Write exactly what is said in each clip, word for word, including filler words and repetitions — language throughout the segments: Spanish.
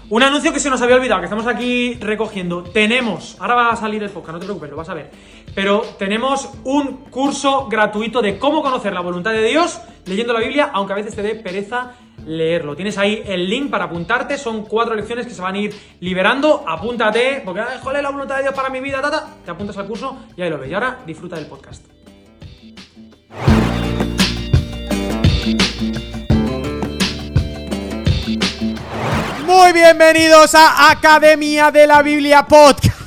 Un anuncio que se nos había olvidado, que estamos aquí recogiendo. Tenemos, ahora va a salir el podcast, no te preocupes, lo vas a ver. Pero tenemos un curso gratuito de cómo conocer la voluntad de Dios leyendo la Biblia, aunque a veces te dé pereza leerlo. Tienes ahí el link para apuntarte, son cuatro lecciones que se van a ir liberando. Apúntate, porque joder, la voluntad de Dios para mi vida, tata. Te apuntas al curso y ahí lo ves. Y ahora disfruta del podcast. Muy bienvenidos a Academia de la Biblia Podcast,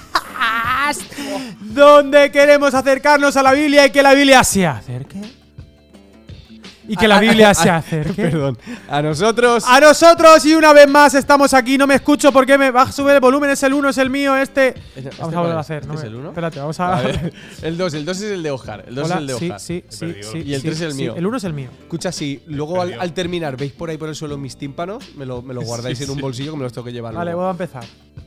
donde queremos acercarnos a la Biblia y que la Biblia se acerque. Y que la Biblia se acerque. Perdón. A nosotros. A nosotros y una vez más estamos aquí. No me escucho porque me va a subir el volumen. Es el uno, es el mío, este. ¿Este vamos a volver a hacer. ¿Este ¿no? es el uno? Espérate, vamos a. a ver, el dos, el dos es el de Oscar. El dos Hola, es el de Oscar. Sí, sí, sí, sí. Y el sí, tres es el sí, mío. El uno es el mío. Escucha, si luego al, al terminar veis por ahí por el suelo mis tímpanos, me lo, me lo guardáis Sí, en un sí. bolsillo que me los tengo que llevar. Vale, luego. voy a empezar.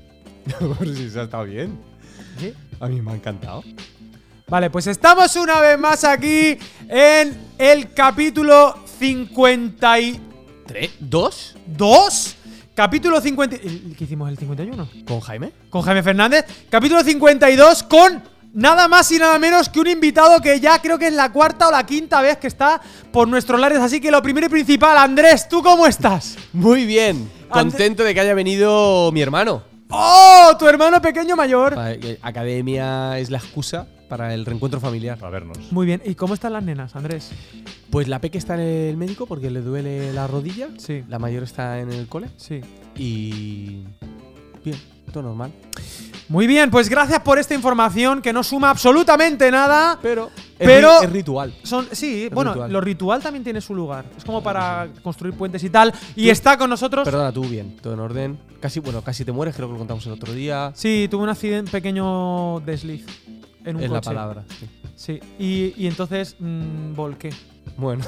Pero si se ha estado bien. ¿Sí? A mí me ha encantado. Vale, pues estamos una vez más aquí en el capítulo cincuenta y ¿Tres? ¿Dos? dos. Capítulo cincuenta. ¿El que hicimos el cincuenta y uno? ¿Con Jaime? Con Jaime Fernández. Capítulo cincuenta y dos con nada más y nada menos que un invitado que ya creo que es la cuarta o la quinta vez que está por nuestros lares. Así que lo primero y principal, Andrés, ¿tú cómo estás? Muy bien. Contento de que haya venido mi hermano. ¡Oh! Tu hermano pequeño mayor. Pa- que Academia es la excusa para el reencuentro familiar. A vernos. Muy bien. ¿Y cómo están las nenas, Andrés? Pues la Peque está en el médico porque le duele la rodilla. Sí. La mayor está en el cole. Sí. Y. Bien, todo normal. Muy bien, pues gracias por esta información que no suma absolutamente nada. Pero. Pero- Es, ri- es ritual. Son, sí, Es bueno, ritual. lo ritual también tiene su lugar. Es como para construir puentes y tal. Y está con nosotros. Perdona, tú bien, todo en orden. Casi, bueno, casi te mueres, creo que lo contamos el otro día. Sí, tuve un accidente, pequeño desliz en un Es coche. la palabra. Sí. Sí, y, y entonces mm, volqué. Bueno.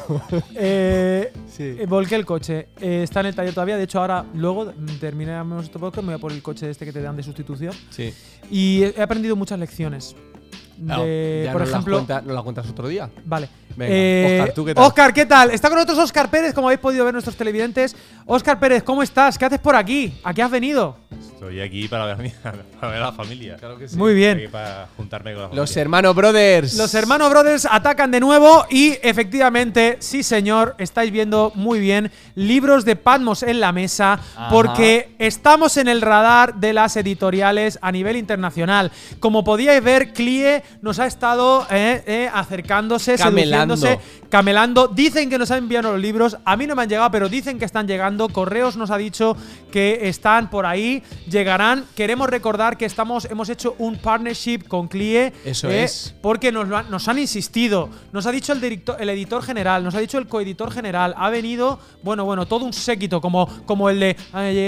Eh, sí. eh, volqué el coche. Eh, está en el taller todavía. De hecho, ahora, luego mm, terminamos este podcast, me voy a por el coche este que te dan de sustitución. Sí. Y he he aprendido muchas lecciones. No, De, ya por nos ejemplo, las cuenta- nos la cuentas otro día. vale. Venga, Eh, Óscar, ¿tú qué tal? Óscar, ¿qué tal? Está con nosotros Óscar Pérez, como habéis podido ver nuestros televidentes. Óscar Pérez, ¿cómo estás? ¿Qué haces por aquí? ¿A qué has venido? Estoy aquí para ver, a mi- para ver a la familia. Claro que sí. Muy bien. Estoy aquí para juntarme con la familia. Los hermanos brothers. Los hermanos Brothers atacan de nuevo y efectivamente, sí señor, estáis viendo muy bien libros de Patmos en la mesa Ajá. porque estamos en el radar de las editoriales a nivel internacional. Como podíais ver, Clie nos ha estado eh, eh, acercándose, Camelando. seduciéndose, camelando. Dicen que nos han enviado los libros, a mí no me han llegado, pero dicen que están llegando. Correos nos ha dicho que están por ahí, llegarán. Queremos recordar que estamos, hemos hecho un partnership con Clie. Eso eh, es. Porque nos, lo han, nos han insistido. Nos ha dicho el, director, el editor general, nos ha dicho el coeditor general. Ha venido, bueno, bueno, todo un séquito, como, como el de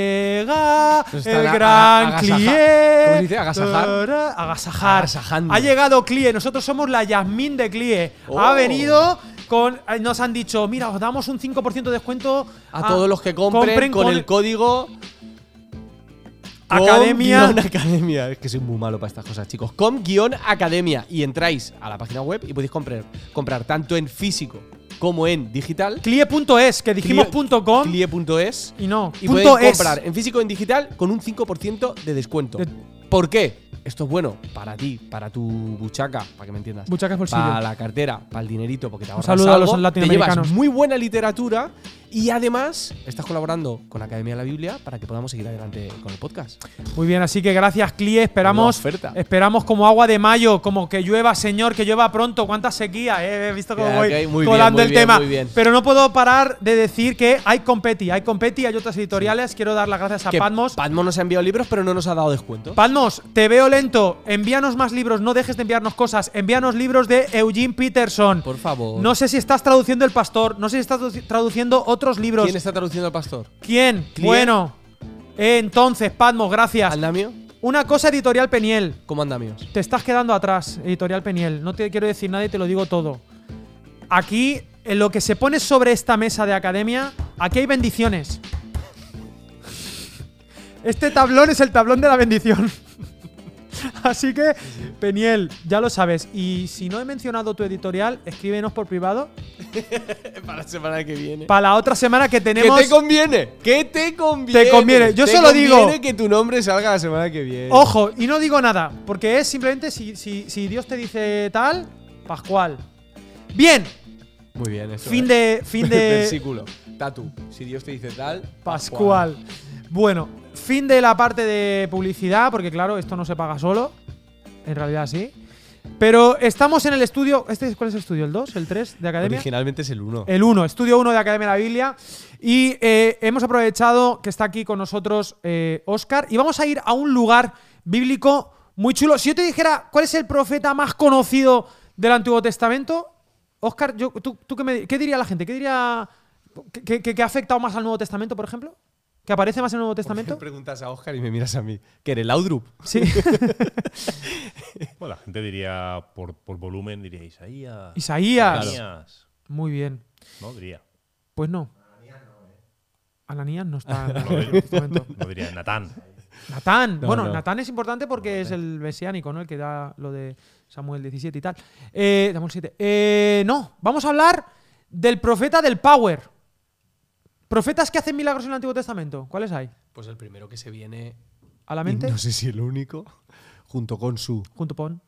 llega Nos el están a- gran a- agasaja- Clie. ¿cómo se dice? ¿Agasajar? Tara- Agasajar. Agasajando. Ha llegado Clie. Nosotros somos la Yasmín de Clie. Oh. Ha venido con. eh, Nos han dicho, mira, os damos un cinco por ciento de descuento A todos los que compren, con, el código Academia. Com Academia. Es que soy muy malo para estas cosas, chicos. Com Academia. Y entráis a la página web y podéis comprar, comprar tanto en físico como en digital. Clie punto es, que dijimos Clie- punto com Clie punto es. y no. Y punto podéis es. comprar en físico o en digital con un cinco por ciento de descuento. De- ¿Por qué? Esto es bueno para ti, para tu buchaca, para que me entiendas. Buchacas bolsillo. Para la cartera, para el dinerito, porque te ahorras saludo a los algo, te latinoamericanos. llevas muy buena literatura y además estás colaborando con Academia de la Biblia para que podamos seguir adelante con el podcast. Muy bien, así que gracias, Clie. Esperamos, Nueva oferta. esperamos como agua de mayo, como que llueva, señor, que llueva pronto. Cuánta sequía, eh. He visto cómo Ya, voy ok, muy colando bien, muy el bien, tema. muy bien. Pero no puedo parar de decir que hay competi, hay competi, hay otras editoriales. Quiero dar las gracias a Que Patmos. Patmos nos ha enviado libros, pero no nos ha dado descuento. Patmos, te veo lento. Envíanos más libros, no dejes de enviarnos cosas. Envíanos libros de Eugene Peterson. Por favor. No sé si estás traduciendo El Pastor, no sé si estás tradu- traduciendo otros libros. ¿Quién está traduciendo al pastor? ¿Quién? ¿Clie? Bueno. Eh, entonces, Patmos, gracias. ¿Andamio? Una cosa, Editorial Peniel. ¿Cómo andamios? Te estás quedando atrás, Editorial Peniel. No te quiero decir nada y te lo digo todo. Aquí, en lo que se pone sobre esta mesa de academia, aquí hay bendiciones. Este tablón es el tablón de la bendición. Así que, Peniel, ya lo sabes. Y si no he mencionado tu editorial, escríbenos por privado. Para la semana que viene. Para la otra semana que tenemos. ¿Qué te conviene? ¿Qué te conviene? Te conviene. Yo Te solo digo- conviene que tu nombre salga la semana que viene. Ojo, y no digo nada, porque es simplemente si, si, si Dios te dice tal, Pascual. Bien, Muy bien, eso fin es. de. Fin de. Versículo. Tatu. Si Dios te dice tal. Pascual. Bueno, fin de la parte de publicidad, porque claro, esto no se paga solo. En realidad sí. Pero estamos en el estudio. ¿Este ¿Cuál es el estudio? ¿El dos? ¿El tres de Academia? Originalmente es el uno. El uno, estudio uno de Academia de la Biblia. Y eh, hemos aprovechado que está aquí con nosotros eh, Óscar. Y vamos a ir a un lugar bíblico muy chulo. Si yo te dijera cuál es el profeta más conocido del Antiguo Testamento, Óscar, yo, ¿tú, tú qué, me- qué diría la gente? ¿Qué diría que, que- que ha afectado más al Nuevo Testamento, por ejemplo? ¿Que aparece más en el Nuevo ¿Por qué Testamento? preguntas a Oscar y me miras a mí? ¿Que eres Laudrup? Sí. Bueno, la gente diría, por, por volumen, diría Isaías. Isaías. Ananías. Muy bien. No, diría. Pues no. Ananías no está en el No, Nuevo diría- Testamento. no diría Natán. Natán. No, bueno, no. Natán es importante porque es el mesiánico, ¿no? El que da lo de Samuel diecisiete y tal. Eh, Samuel siete. Eh, no, vamos a hablar del profeta del Power. Profetas que hacen milagros en el Antiguo Testamento. ¿Cuáles hay? Pues el primero que se viene. ¿A la y mente? No sé si el único. Junto con su Junto pon.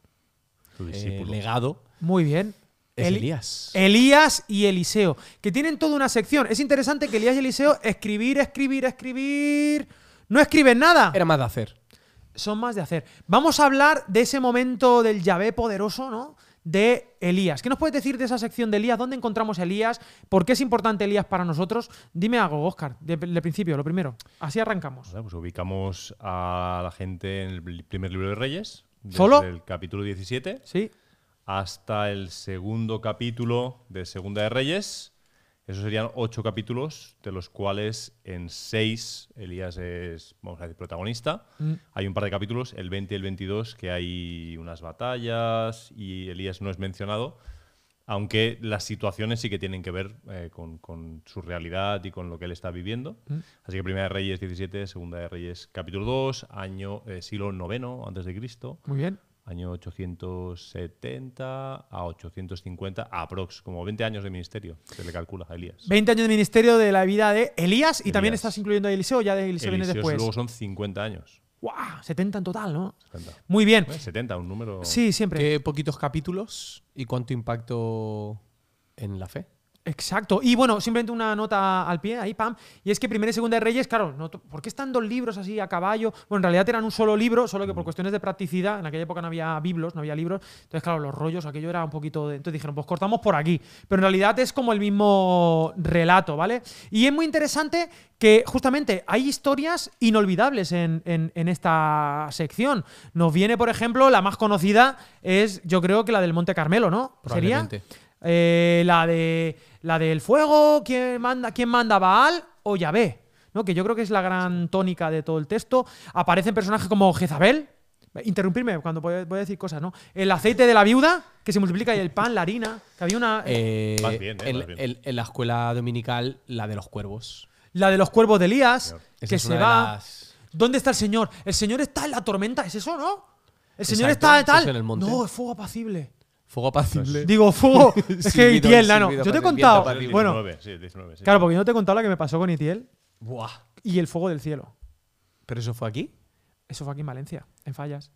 Tu eh, discípulo. legado. Muy bien. Es Eli- Elías. Elías y Eliseo, que tienen toda una sección. Es interesante que Elías y Eliseo escribir, escribir, escribir. No escriben nada. Era más de hacer. Son más de hacer. Vamos a hablar de ese momento del Yahvé poderoso, ¿no? De Elías. ¿Qué nos puedes decir de esa sección de Elías? ¿Dónde encontramos a Elías? ¿Por qué es importante Elías para nosotros? Dime algo, Óscar, de, de principio, lo primero. Así arrancamos. Vale, pues ubicamos a la gente en el primer libro de Reyes. Desde ¿Solo? el capítulo diecisiete ¿Sí? hasta el segundo capítulo de Segunda de Reyes. Esos serían ocho capítulos, de los cuales en seis Elías es, vamos a decir, protagonista. Mm. Hay un par de capítulos, el veinte y el veintidós, que hay unas batallas y Elías no es mencionado, aunque las situaciones sí que tienen que ver eh, con, con su realidad y con lo que él está viviendo. Mm. Así que Primera de Reyes diecisiete, Segunda de Reyes capítulo dos, año eh, siglo noveno antes de Cristo. Muy bien. Año ochocientos setenta a ochocientos cincuenta, aprox, como veinte años de ministerio, se le calcula a Elías. veinte años de ministerio de la vida de Elías y también Elías. estás incluyendo a Eliseo, ya de Eliseo viene Eliseo después. luego son cincuenta años. ¡Guau! setenta en total, ¿no? setenta. Muy bien. Eh, setenta, un número. Sí, siempre. Qué poquitos capítulos y cuánto impacto en la fe. Exacto. Y bueno, simplemente una nota al pie, ahí, pam. Y es que Primera y Segunda de Reyes, claro, no, ¿por qué están dos libros así a caballo? Bueno, en realidad eran un solo libro, solo que por cuestiones de practicidad, en aquella época no había biblos, no había libros. Entonces, claro, los rollos, aquello era un poquito de... Entonces dijeron, pues cortamos por aquí. Pero en realidad es como el mismo relato, ¿vale? Y es muy interesante que justamente hay historias inolvidables en, en- en esta sección. Nos viene, por ejemplo, la más conocida es, yo creo que la del Monte Carmelo, ¿no? ¿Sería? Probablemente. Eh, la de la del fuego, ¿quién manda, quién manda Baal o Yahvé? ¿No? Que yo creo que es la gran tónica de todo el texto. Aparecen personajes como Jezabel. Interrumpirme cuando voy a voy a decir cosas, ¿no? El aceite de la viuda, que se multiplica, y el pan, la harina. Que había una. Eh, Vas bien, eh, en, vas bien. en- en la escuela dominical, la de los cuervos. La de los cuervos de Elías, Señor. Esa que es se una de va. las- ¿Dónde está el Señor? El Señor está en la tormenta, ¿es eso, no? El Señor Exacto, está tal. eso en el monte. No, es fuego apacible. Fuego apacible. Digo, fuego. Es que Silbido, Itiel, nano. silbido Yo te he apacible, contado. viento apacible. Bueno, diecinueve, sí, diecinueve, sí. claro, porque yo no te he contado la que me pasó con Itiel Buah. y el fuego del cielo. ¿Pero eso fue aquí? Eso fue aquí en Valencia, en Fallas.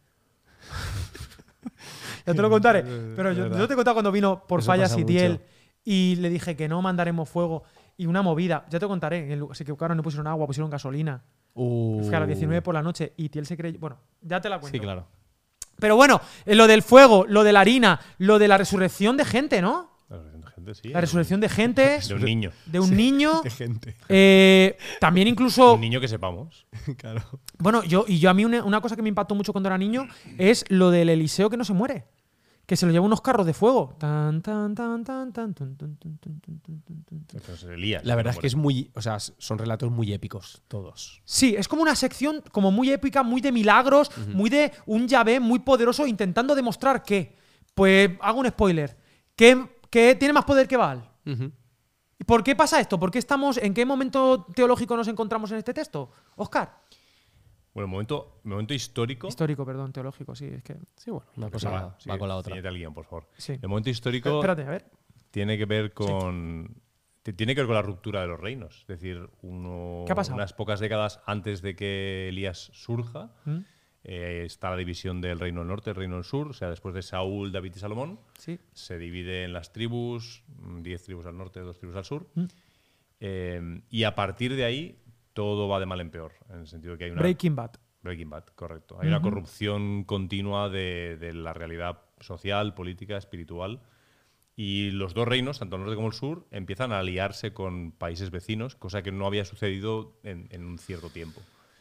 Ya te lo contaré. Pero yo, verdad. yo te he contado cuando vino por Eso Fallas pasa y Tiel mucho. y le dije que no mandaremos fuego y una movida. Ya te contaré. en el- Se equivocaron, no pusieron agua, pusieron gasolina. Uh. Fue a las diecinueve por la noche y Tiel se creyó. Bueno, ya te la cuento. Sí, claro. Pero bueno, eh, lo del fuego, lo de la harina, lo de la resurrección de gente, ¿no? La resurrección de gente, sí. La resurrección de gente, De un niño. de un niño. De gente. eh, también incluso. Un niño que sepamos. Claro. Bueno, yo y yo a mí una, una cosa que me impactó mucho cuando era niño es lo del Eliseo que no se muere. Que se lo lleva unos carros de fuego. Tan, tan, tan, tan, tan, tun, tun, tun, tun, tun, tun, tun, tun. Entonces, Elías. La verdad es no que es muy. O sea, son relatos muy épicos, todos. Sí, es como una sección como muy épica, muy de milagros, muy de un Yahvé muy poderoso intentando demostrar que, pues hago un spoiler, que, que tiene más poder que Baal. ¿Y por qué pasa esto? ¿Por qué estamos, en qué momento teológico nos encontramos en este texto? Óscar. Bueno, momento, momento histórico. Histórico, perdón, teológico, sí, es que. Sí, bueno, una cosa va, va, sí, va con la otra. ciñete al guión, por favor. Sí. El momento histórico Espérate, a ver. tiene que ver con. t- Tiene que ver con la ruptura de los reinos. Es decir, uno, ¿Qué ha pasado? unas pocas décadas antes de que Elías surja, ¿Mm? eh, está la división del reino del norte, el reino del sur. O sea, después de Saúl, David y Salomón, Sí. se divide en las tribus, mm, diez tribus al norte, dos tribus al sur. Mm. Eh, y a partir de ahí, todo va de mal en peor. En el sentido de que hay una. Breaking Bad. Breaking Bad, correcto. Hay una Ujú. corrupción continua de, de la realidad social, política, espiritual. Y los dos reinos, tanto el norte como el sur, empiezan a aliarse con países vecinos, cosa que no había sucedido en, en un cierto tiempo.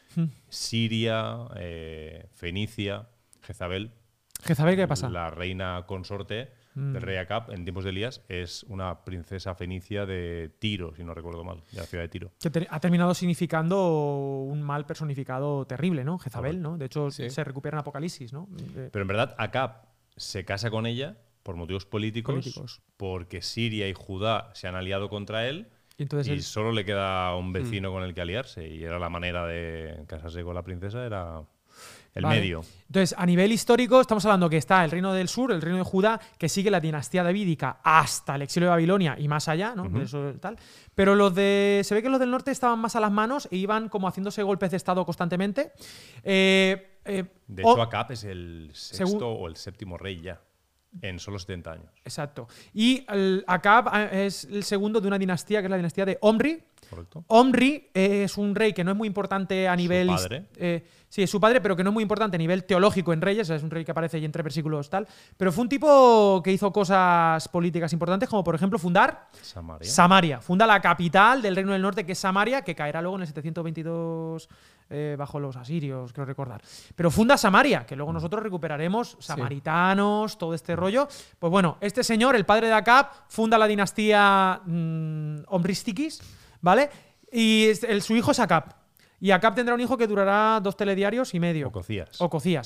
Siria, eh, Fenicia, Jezabel, Jezabel, ¿qué pasa? la reina consorte Mm. del rey Acab en tiempos de Elías, es una princesa fenicia de Tiro, si no recuerdo mal, de la ciudad de Tiro. Que te- ha terminado significando un mal personificado terrible, ¿no? Jezabel, Correcto. ¿no? De hecho, Sí. se recupera en Apocalipsis, ¿no? Eh, Pero en verdad, Acab se casa con ella por motivos políticos, Políticos. porque Siria y Judá se han aliado contra él y entonces y él- solo le queda un vecino con el que aliarse. Y era la manera de casarse con la princesa, era el Vale. medio. Entonces, a nivel histórico, estamos hablando que está el reino del sur, el reino de Judá, que sigue la dinastía davídica hasta el exilio de Babilonia y más allá, ¿no? Ujú. Eso, tal. Pero los de. Se ve que los del norte estaban más a las manos e iban como haciéndose golpes de estado constantemente. Eh, eh, De o- hecho, Acab es el sexto Según- o el séptimo rey ya, en solo setenta años. Exacto. Y el Acab eh, es el segundo de una dinastía que es la dinastía de Omri. ¿Correcto? Omri es un rey que no es muy importante a nivel. his- padre. eh, sí, es su padre, pero que no es muy importante a nivel teológico en reyes. Es un rey que aparece ahí entre versículos tal. Pero fue un tipo que hizo cosas políticas importantes, como por ejemplo fundar Samaria. Samaria. Funda la capital del reino del norte, que es Samaria, que caerá luego en el setecientos veintidós eh, bajo los asirios, creo recordar. Pero funda Samaria, que luego nosotros recuperaremos samaritanos, todo este rollo. Pues bueno, este señor, el padre de Acab, funda la dinastía mm, Omristikis, ¿vale? Y es- el- su hijo es Acab. Y Acab tendrá un hijo que durará dos telediarios y medio. O Cocías. O Cocías.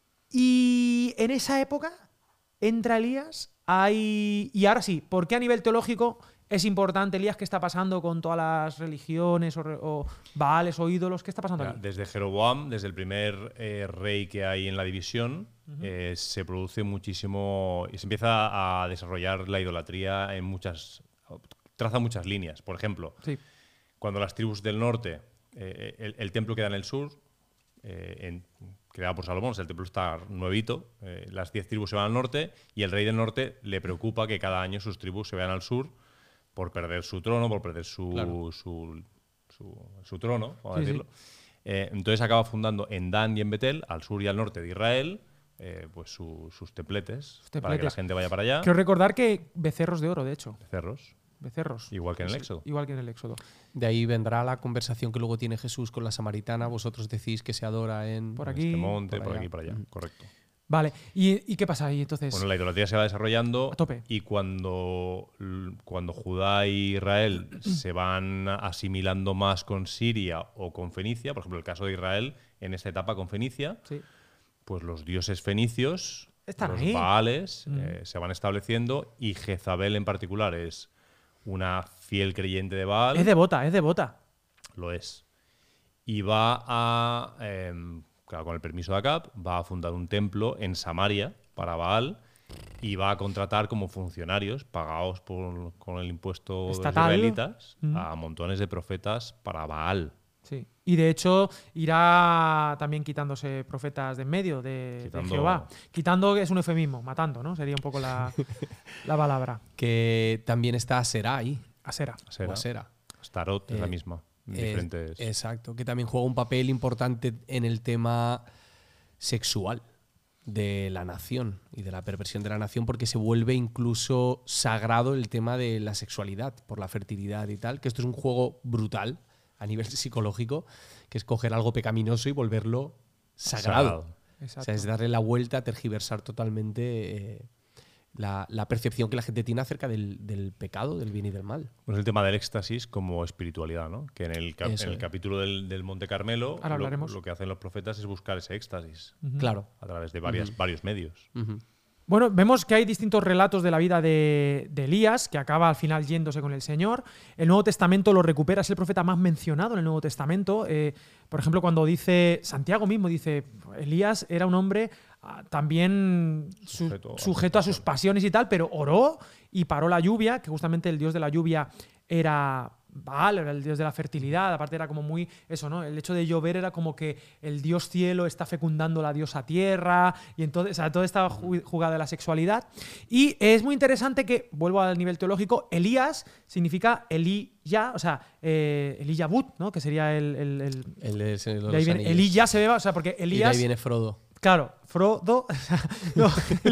Y en esa época entra Elías. Hay... Y ahora sí, ¿por qué a nivel teológico es importante Elías? ¿Qué está pasando con todas las religiones o, re- o baales o ídolos? ¿Qué está pasando Mira, aquí? desde Jeroboam, desde el primer eh, rey que hay en la división, eh, se produce muchísimo y se empieza a desarrollar la idolatría en muchas. Traza muchas líneas. Por ejemplo, Sí. cuando las tribus del norte, eh, el, el templo queda en el sur, eh, en- creado por Salomón, o sea, el templo está nuevito, eh, las diez tribus se van al norte y el rey del norte le preocupa que cada año sus tribus se vayan al sur por perder su trono, por perder su, Claro. su, su- su trono, vamos Sí, a sí. decirlo. Eh, entonces acaba fundando en Dan y en Betel, al sur y al norte de Israel, eh, pues su- sus templetes, para que la templetes. gente vaya para allá. Quiero recordar que becerros de oro, de hecho. Cerros, Becerros. igual que en el Sí, Éxodo. Igual que en el Éxodo. De ahí vendrá la conversación que luego tiene Jesús con la samaritana. Vosotros decís que se adora en. Por En aquí, este monte, por por, allá. aquí y por allá, Ujú. correcto. Vale. ¿Y, y qué pasa ahí entonces? Bueno, la idolatría se va desarrollando A tope. y cuando, cuando Judá y Israel se van asimilando más con Siria o con Fenicia, por ejemplo, el caso de Israel en esta etapa con Fenicia, Sí. pues los dioses fenicios, Están los ahí. Baales, Mm. eh, se van estableciendo y Jezabel en particular es una fiel creyente de Baal. Es devota, es devota. Lo es. Y va a, em, claro, con el permiso de Acab, va a fundar un templo en Samaria para Baal y va a contratar como funcionarios, pagados por, con el impuesto Estatal. de los israelitas, Mm. a montones de profetas para Baal. Sí. Y de hecho irá también quitándose profetas de en medio de, de Quitando- Jehová. Quitando es un eufemismo, matando, ¿no? Sería un poco la, la palabra. Que también está Aserá ahí. Asera. Asera. O Asera. Starot es la Eh, misma. en Es- diferentes. exacto, que también juega un papel importante en el tema sexual de la nación y de la perversión de la nación, porque se vuelve incluso sagrado el tema de la sexualidad por la fertilidad y tal, que esto es un juego brutal a nivel psicológico, que es coger algo pecaminoso y volverlo sagrado. Sagrado. O Exacto. sea, es darle la vuelta, tergiversar totalmente eh, la, la percepción que la gente tiene acerca del, del pecado, del bien y del mal. Pues el tema del éxtasis como espiritualidad, ¿no? Que en el, cap- Eso en el es. capítulo del, del Monte Carmelo Ahora lo, hablaremos. lo que hacen los profetas es buscar ese éxtasis Ujú. Claro. a través de varias, varios medios. Ujú. Bueno, vemos que hay distintos relatos de la vida de, de Elías, que acaba al final yéndose con el Señor. El Nuevo Testamento lo recupera, es el profeta más mencionado en el Nuevo Testamento. Eh, por ejemplo, cuando dice, Santiago mismo dice, Elías era un hombre ah, también su, sujeto, sujeto a sus pasiones y tal, pero oró y paró la lluvia, que justamente el dios de la lluvia era Baal, era el dios de la fertilidad. Aparte era como muy eso, ¿no? El hecho de llover era como que el dios cielo está fecundando la diosa tierra, y entonces, o sea, todo estaba jugado de la sexualidad. Y es muy interesante que, vuelvo al nivel teológico, Elías significa Elíya, o sea, eh, Eliyabut, ¿no? Que sería el... el, el, el, el, el de ahí viene, Elíya se beba, o sea, porque Elías... Y de ahí viene Frodo. Claro, Frodo... no,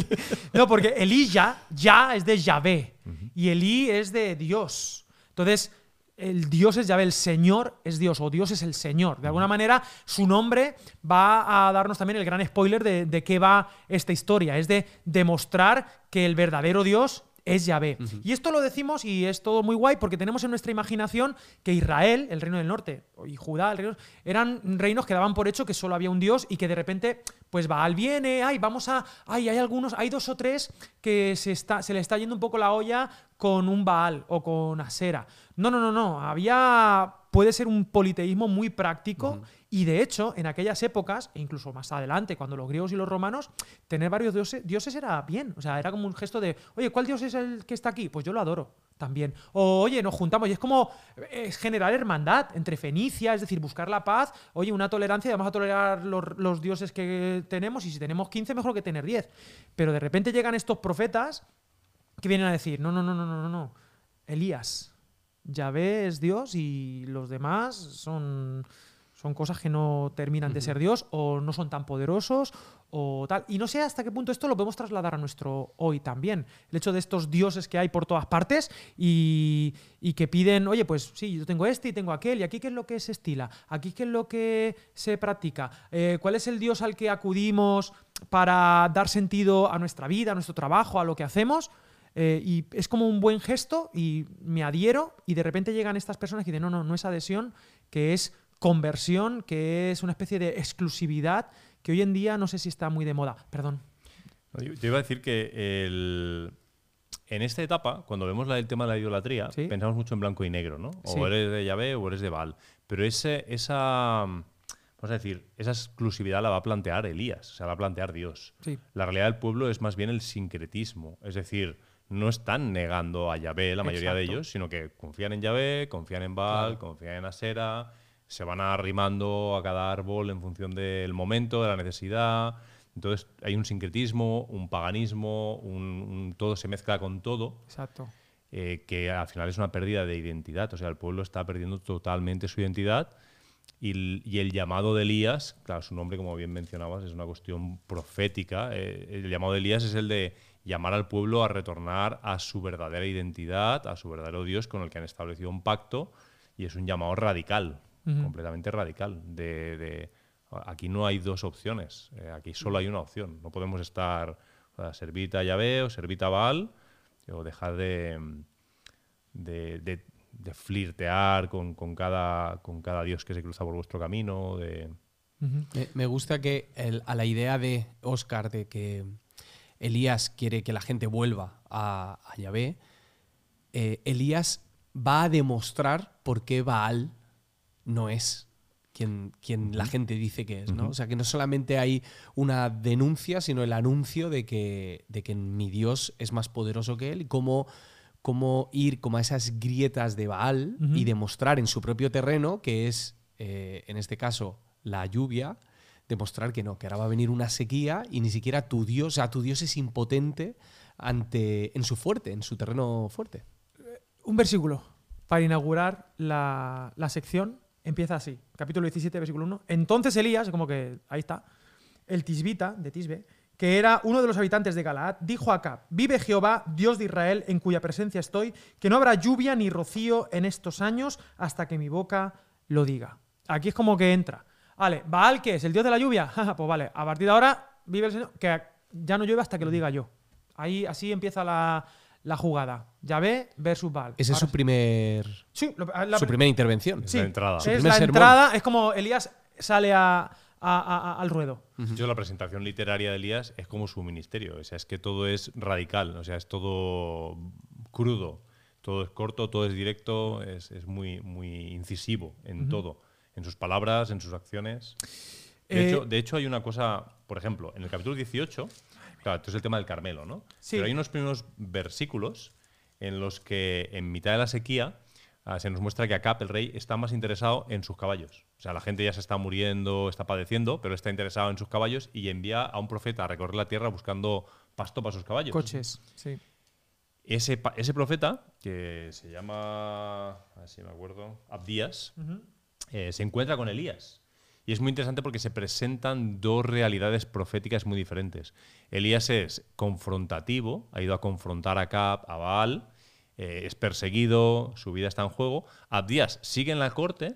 no, porque Elíya, ya es de Yahvé, uh-huh. y Elí es de Dios. Entonces... el Dios es Yahvé, el Señor es Dios, o Dios es el Señor. De alguna manera, su nombre va a darnos también el gran spoiler de, de qué va esta historia. Es de demostrar que el verdadero Dios es Yahvé. Uh-huh. Y esto lo decimos y es todo muy guay porque tenemos en nuestra imaginación que Israel, el reino del norte, y Judá, el reino, eran reinos que daban por hecho que solo había un Dios y que de repente, pues Baal viene, ay, vamos a, ay, hay algunos, hay dos o tres que se, está, se le está yendo un poco la olla con un Baal o con Asera. No, no, no, no. Había, puede ser un politeísmo muy práctico. Uh-huh. Y de hecho, en aquellas épocas, e incluso más adelante, cuando los griegos y los romanos, tener varios dioses, dioses era bien. O sea, era como un gesto de, oye, ¿cuál dios es el que está aquí? Pues yo lo adoro también. O, oye, nos juntamos. Y es como es generar hermandad entre Fenicia, es decir, buscar la paz. Oye, una tolerancia, y vamos a tolerar los, los dioses que tenemos. Y si tenemos quince, mejor que tener diez. Pero de repente llegan estos profetas que vienen a decir, no, no, no, no, no, no, no. Elías, Yahvé es Dios y los demás son... son cosas que no terminan de ser Dios o no son tan poderosos o tal. Y no sé hasta qué punto esto lo podemos trasladar a nuestro hoy también. El hecho de estos dioses que hay por todas partes y, y que piden, oye, pues sí, yo tengo este y tengo aquel, y aquí qué es lo que se estila, aquí qué es lo que se practica, eh, cuál es el dios al que acudimos para dar sentido a nuestra vida, a nuestro trabajo, a lo que hacemos. Eh, y es como un buen gesto y me adhiero y de repente llegan estas personas que dicen, no, no, no es adhesión, que es conversión, que es una especie de exclusividad que hoy en día no sé si está muy de moda. Perdón. Yo, yo iba a decir que el, en esta etapa, cuando vemos la, el tema de la idolatría, ¿sí? Pensamos mucho en blanco y negro, ¿no? O sí. Eres de Yahvé o eres de Baal. Pero ese, esa, vamos a decir, esa exclusividad la va a plantear Elías, o sea, la va a plantear Dios. Sí. La realidad del pueblo es más bien el sincretismo, es decir, no están negando a Yahvé la mayoría Exacto. de ellos, sino que confían en Yahvé, confían en Baal, claro. confían en Asera, se van arrimando a cada árbol en función del momento, de la necesidad. Entonces hay un sincretismo, un paganismo, un, un todo se mezcla con todo. Exacto. Eh, que al final es una pérdida de identidad. O sea, el pueblo está perdiendo totalmente su identidad. Y el, y el llamado de Elías, claro, su nombre, como bien mencionabas, es una cuestión profética. Eh, el llamado de Elías es el de llamar al pueblo a retornar a su verdadera identidad, a su verdadero Dios con el que han establecido un pacto. Y es un llamado radical. Uh-huh. Completamente radical. De, de, aquí no hay dos opciones, eh, aquí solo hay una opción. No podemos estar o sea, servita a Yahvé o servita a Baal o dejar de, de, de, de flirtear con, con, cada, con cada dios que se cruza por vuestro camino. De... Uh-huh. me, me gusta que el, a la idea de Óscar de que Elías quiere que la gente vuelva a, a Yahvé, eh, Elías va a demostrar por qué Baal no es quien, quien la gente dice que es, ¿no? Uh-huh. O sea, que no solamente hay una denuncia, sino el anuncio de que, de que mi Dios es más poderoso que él y cómo, cómo ir como a esas grietas de Baal uh-huh. y demostrar en su propio terreno, que es, eh, en este caso, la lluvia, demostrar que no, que ahora va a venir una sequía y ni siquiera tu Dios, o sea, tu Dios es impotente ante, en su fuerte, en su terreno fuerte. Un versículo para inaugurar la, la sección. Empieza así, capítulo diecisiete, versículo uno. Entonces Elías, como que ahí está, el tisbita de Tisbe, que era uno de los habitantes de Galaad, dijo a Acab: vive Jehová, Dios de Israel, en cuya presencia estoy, que no habrá lluvia ni rocío en estos años hasta que mi boca lo diga. Aquí es como que entra. Vale, ¿Baal qué es? ¿El dios de la lluvia? Pues vale, a partir de ahora vive el Señor, que ya no llueve hasta que lo diga yo. Ahí, así empieza la... la jugada. Yahvé versus Baal. Esa es su primer sí, la, su primera intervención. Sí, la entrada. Es la sermón. entrada. Es como Elías sale a, a- a- al ruedo. De hecho, la presentación literaria de Elías es como su ministerio. O sea, es que todo es radical, o sea, es todo crudo, todo es corto, todo es directo, es, es muy, muy incisivo en uh-huh. todo, en sus palabras, en sus acciones. De, eh, hecho, de hecho, hay una cosa, por ejemplo, en el capítulo dieciocho, claro, esto es el tema del Carmelo, ¿no? Sí. Pero hay unos primeros versículos en los que, en mitad de la sequía, uh, se nos muestra que Acab, el rey, está más interesado en sus caballos. O sea, la gente ya se está muriendo, está padeciendo, pero está interesado en sus caballos y envía a un profeta a recorrer la tierra buscando pasto para sus caballos. Coches, sí. Ese, ese profeta, que se llama, a ver si me acuerdo, Abdías, uh-huh. eh, se encuentra con Elías. Y es muy interesante porque se presentan dos realidades proféticas muy diferentes. Elías es confrontativo, ha ido a confrontar a Acab, a Baal, eh, es perseguido, su vida está en juego. Abdías sigue en la corte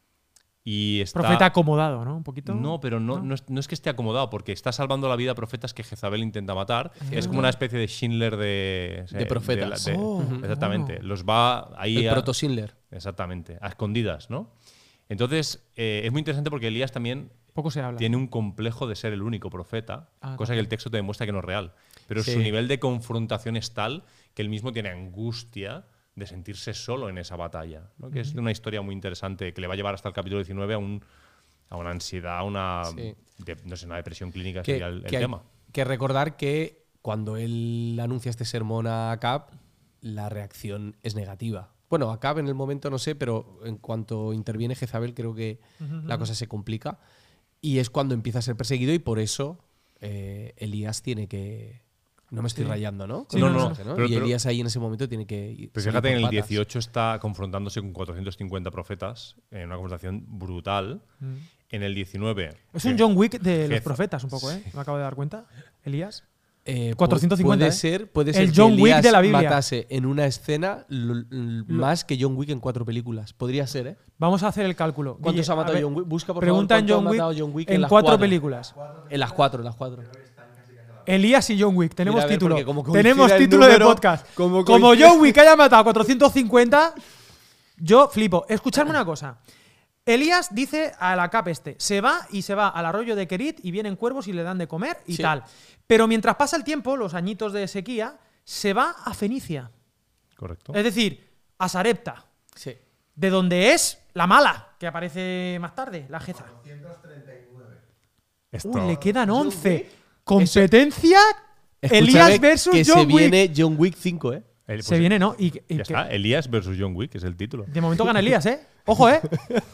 y está... Profeta acomodado, ¿no? Un poquito. No, pero no, ¿no? No, es, no es que esté acomodado, porque está salvando la vida a profetas que Jezabel intenta matar. Ah. Es como una especie de Schindler de... De profetas. De la, de, oh, exactamente. Oh. Los va ahí... El proto-Schindler. Exactamente. A escondidas, ¿no? Entonces, eh, es muy interesante porque Elías también Poco se habla. tiene un complejo de ser el único profeta, ah, cosa también. Que el texto te demuestra que no es real. Pero sí. Su nivel de confrontación es tal que él mismo tiene angustia de sentirse solo en esa batalla, ¿no? Que uh-huh. es una historia muy interesante que le va a llevar hasta el capítulo diecinueve a, un, a una ansiedad, a una, sí. de, no sé, una depresión clínica que, sería el, el que tema. Hay que recordar que cuando él anuncia este sermón a Acab, la reacción es negativa. Bueno, Acab en el momento no sé, pero en cuanto interviene Jezabel creo que uh-huh. la cosa se complica y es cuando empieza a ser perseguido y por eso eh, Elías tiene que... No me estoy sí. rayando, ¿no? Sí, no, no. no. Pero, pero, y Elías ahí en ese momento tiene que ir. Pero fíjate, en el dieciocho está confrontándose con cuatrocientos cincuenta profetas en una confrontación brutal. Mm. En el diecinueve... Es un John Wick de los profetas un poco, ¿eh? Me acabo de dar cuenta. Elías. Eh, cuatrocientos cincuenta. Puede ¿eh? ser, puede ser el John que Wick Elías de la Biblia matase en una escena l- l- más que John Wick en cuatro películas. Podría ser, ¿eh? Vamos a hacer el cálculo. ¿Cuántos ha matado John Wick? Busca, por Pregunta favor, en John Wick, ha matado John Wick en, en las cuatro, cuatro películas. En las cuatro, en las cuatro. Elías y John Wick. Tenemos Mira, ver, título. como Tenemos título número, de podcast. Como, como John Wick haya matado a cuatrocientos cincuenta, yo flipo. Escuchadme una cosa. Elías dice a la Acab este, se va y se va al arroyo de Kerit y vienen cuervos y le dan de comer y sí. tal. Pero mientras pasa el tiempo, los añitos de sequía, se va a Fenicia. Correcto. Es decir, a Sarepta. Sí. De donde es la mala, que aparece más tarde, la Jeza. cuatrocientos treinta y nueve. Esto... Uy, le quedan once. Competencia Eso... Elías versus que John se Wick. viene John Wick cinco, ¿eh? El, pues, se viene, ¿no? Y, y ya que... está, Elías versus John Wick, es el título. De momento gana Elías, ¿eh? Ojo, ¿eh?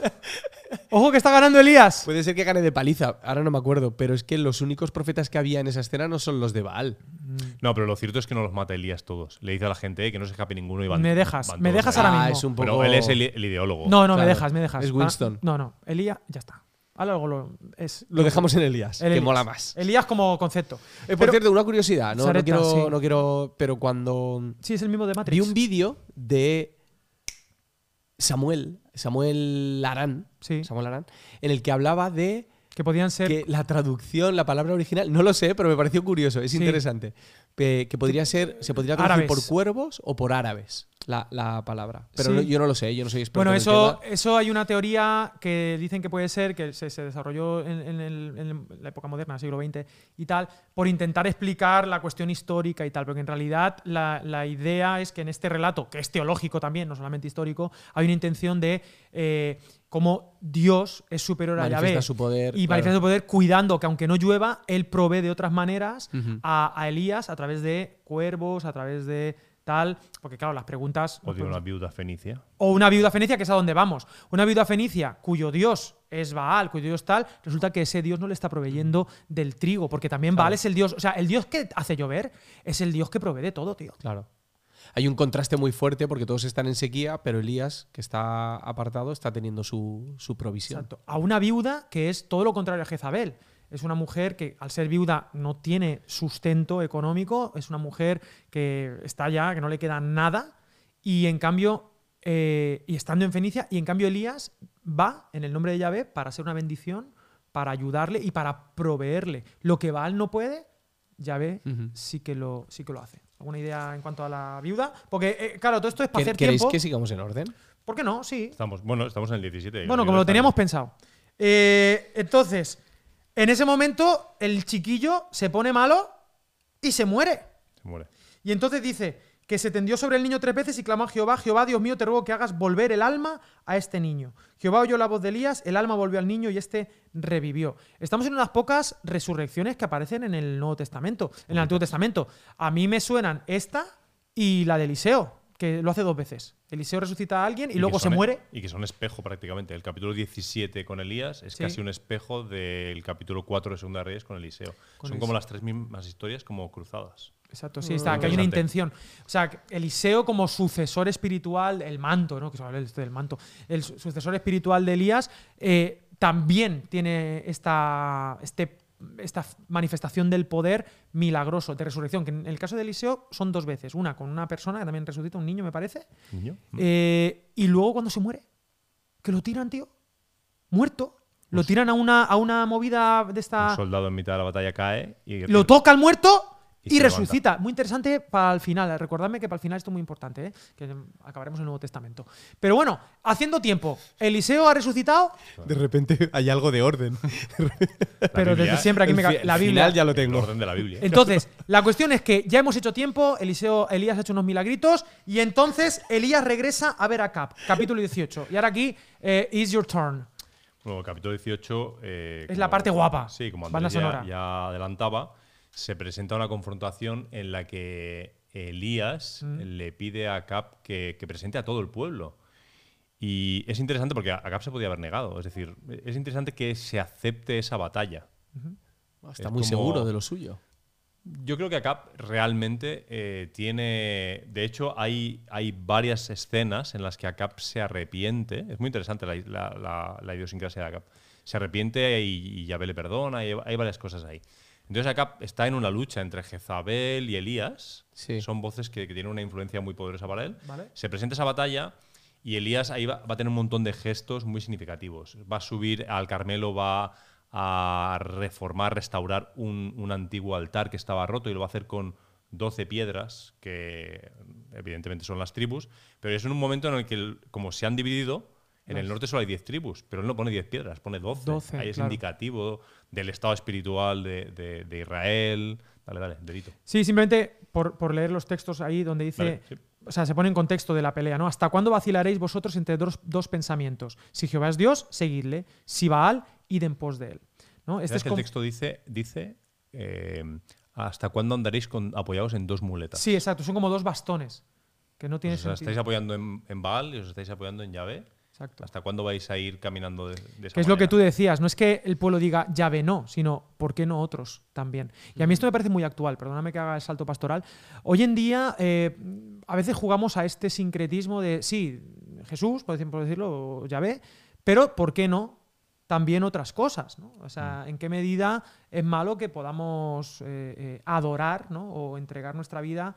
Ojo que está ganando Elías. Puede ser que gane de paliza, ahora no me acuerdo, pero es que los únicos profetas que había en esa escena no son los de Baal. No, pero lo cierto es que no los mata Elías todos. Le dice a la gente eh, que no se escape ninguno y van. Me dejas, van me todos dejas ahí. ahora Ah, mismo. es un poco... Pero él es el, el ideólogo. No, no, Claro. me dejas, me dejas. Es Winston. Ah, no, no. Elías, ya está. Ahora luego lo, es, Lo dejamos en Elías, el que Elías. mola más. Elías como concepto. Eh, por Pero- cierto, una curiosidad, ¿no? Sarepta, no, quiero, sí. no quiero. Pero cuando Sí, es el mismo de Matrix. vi un vídeo de Samuel, Samuel Arán, Sí. Samuel Arán, en el que hablaba de Que podían ser... que la traducción, la palabra original, no lo sé, pero me pareció curioso, es Sí. interesante. Que, que podría ser, se podría traducir Árabes. por cuervos o por árabes la, la palabra. Pero Sí. no- yo no lo sé, yo no soy experto Bueno, en el eso, tema. eso hay una teoría que dicen que puede ser, que se, se desarrolló en, en el- en la época moderna, siglo veinte y tal, por intentar explicar la cuestión histórica y tal, porque en realidad la, la idea es que en este relato, que es teológico también, no solamente histórico, hay una intención de eh, cómo Dios es superior a Manifiesta Yahvé su poder, y claro. manifiesta su poder cuidando que aunque no llueva, él provee de otras maneras Ujú. a, a Elías a través de cuervos, a través de tal, porque claro, las preguntas... O de una viuda fenicia. O una viuda fenicia, que es a donde vamos. Una viuda fenicia cuyo dios es Baal, cuyo dios tal, resulta que ese dios no le está proveyendo del trigo, porque también Claro. Baal es el dios. O sea, el dios que hace llover es el dios que provee de todo, tío. Claro. Hay un contraste muy fuerte porque todos están en sequía, pero Elías, que está apartado, está teniendo su, su provisión. Exacto. A una viuda que es todo lo contrario a Jezabel. Es una mujer que, al ser viuda, no tiene sustento económico. Es una mujer que está ya, que no le queda nada. Y en cambio, eh, y estando en Fenicia, y en cambio Elías va en el nombre de Yahvé para ser una bendición, para ayudarle y para proveerle. Lo que Baal no puede, Yahvé Ujú. sí que lo, sí que lo hace. ¿Alguna idea en cuanto a la viuda? Porque, eh, claro, todo esto es para ¿Quer- hacer ¿Queréis tiempo. que sigamos en orden? ¿Por qué no? Sí. Estamos, bueno, estamos en el diecisiete. Bueno, como lo teníamos pensado. Eh, entonces, En ese momento, el chiquillo se pone malo y se muere. Se muere. Y entonces dice que se tendió sobre el niño tres veces y clamó a Jehová: Jehová, Dios mío, te ruego que hagas volver el alma a este niño. Jehová oyó la voz de Elías, el alma volvió al niño y este revivió. Estamos en unas pocas resurrecciones que aparecen en el Nuevo Testamento, en el Antiguo Testamento. A mí me suenan esta y la de Eliseo, que lo hace dos veces. Eliseo resucita a alguien y, Y luego que se son- muere. Y que son espejo prácticamente. El capítulo diecisiete con Elías es Sí. casi un espejo del capítulo cuatro de Segunda de Reyes con Eliseo. Con son Eliseo. como las tres mismas historias como cruzadas. Exacto, sí, está, que hay una Interesante. intención. O sea, que Eliseo como sucesor espiritual, el manto, ¿no? Que se habla esto del manto. El su- sucesor espiritual de Elías eh, también tiene esta, este, esta manifestación del poder milagroso, de resurrección, que en el caso de Eliseo son dos veces. Una con una persona que también resucita, un niño, me parece. ¿Niño? Eh, y luego cuando se muere, que lo tiran, tío, muerto. Lo tiran a una, a una movida de Un esta... soldado en mitad de la batalla cae y Lo toca al muerto Y y, se resucita. Muy interesante para el final. Recordadme que para el final esto es muy importante, ¿eh? Que acabaremos en el Nuevo Testamento. Pero bueno, haciendo tiempo. Eliseo ha resucitado, De repente hay algo de orden. pero Biblia, desde siempre aquí me El ca- fi- la el Biblia. final ya lo el tengo. orden de la Biblia. Entonces, la cuestión es que ya hemos hecho tiempo, Eliseo, Elías ha hecho unos milagritos y entonces Elías regresa a ver a Cap, capítulo dieciocho. Y ahora aquí, eh, is your turn. Bueno, el capítulo dieciocho. eh, Es la parte guapa. Sí, como Banda Andrés ya, sonora. ya adelantaba, se presenta una confrontación en la que Elías Mm. le pide a Acab que, que presente a todo el pueblo. Y es interesante porque Acab se podía haber negado. Es decir, es interesante que se acepte esa batalla. Está Es muy como- seguro de lo suyo. Yo creo que Acab realmente eh, tiene. De hecho, hay, hay varias escenas en las que Acab se arrepiente. Es muy interesante la, la- la- la idiosincrasia de Acab. Se arrepiente y, y Yahvé le perdona. Y hay, hay varias cosas ahí. Entonces, Acab está en una lucha entre Jezabel y Elías. Sí. Son voces que, que tienen una influencia muy poderosa para él. Vale. Se presenta esa batalla y Elías ahí va, va a tener un montón de gestos muy significativos. Va a subir al Carmelo, va a reformar, restaurar un, un antiguo altar que estaba roto y lo va a hacer con doce piedras, que evidentemente son las tribus, pero es en un momento en el que, el- como se han dividido, en el norte solo hay diez tribus, pero él no pone diez piedras, pone doce. doce, Ahí es claro. indicativo del estado espiritual de, de- de Israel. Dale, dale, dedito. Sí, simplemente por, por leer los textos ahí donde dice, Vale, sí. o sea, se pone en contexto de la pelea, ¿no? ¿Hasta cuándo vacilaréis vosotros entre dos, dos pensamientos? Si Jehová es Dios, seguidle. Si Baal, id en pos de él. ¿No? Este ¿Sabes es que el como- texto dice, dice eh, ¿hasta cuándo andaréis con, apoyados en dos muletas? Sí, exacto, son como dos bastones. Que no tiene Os sentido. estáis apoyando en, en Baal y os estáis apoyando en Yahvé. Exacto. ¿Hasta cuándo vais a ir caminando de, de esa Que es lo que manera? tú decías, no es que el pueblo diga Yahvé no, sino ¿por qué no otros también? Y a mí esto me parece muy actual, perdóname que haga el salto pastoral. Hoy en día eh, a veces jugamos a este sincretismo de, sí, Jesús, por decir- por decirlo, o Yahvé, pero ¿por qué no también otras cosas? ¿No? O sea, ¿en qué medida es malo que podamos eh, eh, adorar, ¿no? O entregar nuestra vida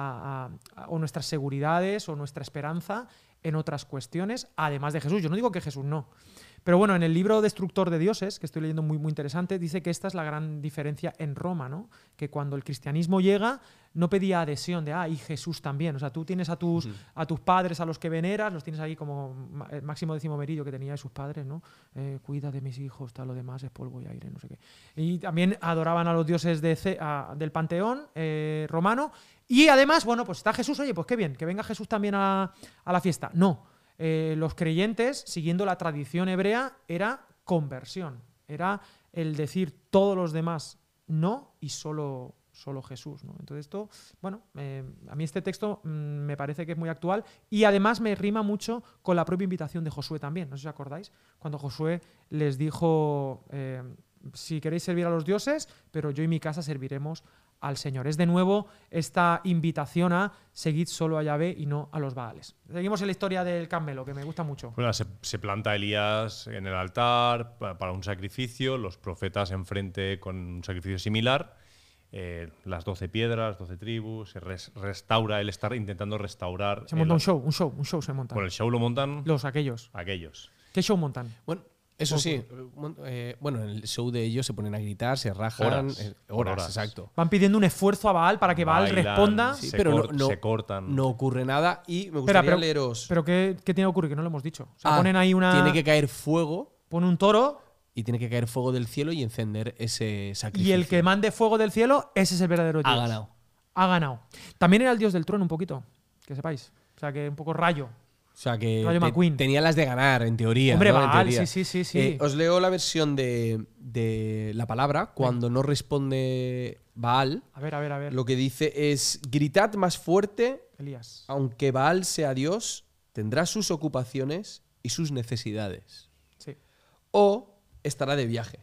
a- a- a- o nuestras seguridades o nuestra esperanza en otras cuestiones, además de Jesús? Yo no digo que Jesús no. Pero bueno, en el libro Destructor de Dioses, que estoy leyendo muy, muy interesante, dice que esta es la gran diferencia en Roma, ¿no? Que cuando el cristianismo llega, no pedía adhesión de, ah, y Jesús también. O sea, tú tienes a tus, a tus padres, a los que veneras, los tienes ahí como Ma- el Máximo Décimo Meridio que tenía de sus padres, ¿no? Eh, cuida de mis hijos, tal, lo demás es polvo y aire, no sé qué. Y también adoraban a los dioses de Ce- a- del panteón eh, romano. Y además, bueno, pues está Jesús, oye, pues qué bien, que venga Jesús también a, a la fiesta. No. Eh, los creyentes, siguiendo la tradición hebrea, era conversión. Era el decir todos los demás no y solo, solo Jesús, ¿no? Entonces esto, bueno, eh, a mí este texto mm, me parece que es muy actual y además me rima mucho con la propia invitación de Josué también. No sé si os acordáis, cuando Josué les dijo, eh, si queréis servir a los dioses, pero yo y mi casa serviremos al Señor. Es de nuevo esta invitación a seguir solo a Yahvé y no a los Baales. Seguimos en la historia del Carmelo, que me gusta mucho. Bueno, se, se planta Elías en el altar pa- para un sacrificio, los profetas enfrente con un sacrificio similar, eh, las doce piedras, doce tribus, se res- restaura, él está intentando restaurar. Se monta el- un show, un show, un show se monta. Bueno, el show lo montan Los aquellos. aquellos. ¿Qué show montan? Bueno, eso sí. eh, bueno, en el show de ellos se ponen a gritar, se rajan. Horas, eh, por horas, horas. exacto. Van pidiendo un esfuerzo a Baal para que Baal Bailan, responda. Sí, se, pero no- cor- no- se cortan. No ocurre nada y me Espera, gustaría pero, leeros. pero ¿qué, qué tiene que ocurrir? Que no lo hemos dicho. O sea, Ah, ponen ahí una. Tiene que caer fuego Pone un toro Y tiene que caer fuego del cielo y encender ese sacrificio. Y el que mande fuego del cielo, ese es el verdadero Dios. ha ganado. Ha ganado. También era el dios del trueno un poquito, que sepáis. O sea, que un poco rayo. O sea que Rayo te- McQueen. tenía las de ganar, en teoría. Hombre, ¿no? En Baal, teoría. sí, sí, sí, sí. Eh, os leo la versión de, de la palabra. Cuando no responde Baal, A ver, a ver, a ver. lo que dice es: gritad más fuerte, Elías. aunque Baal sea Dios, tendrá sus ocupaciones y sus necesidades. Sí. O estará de viaje.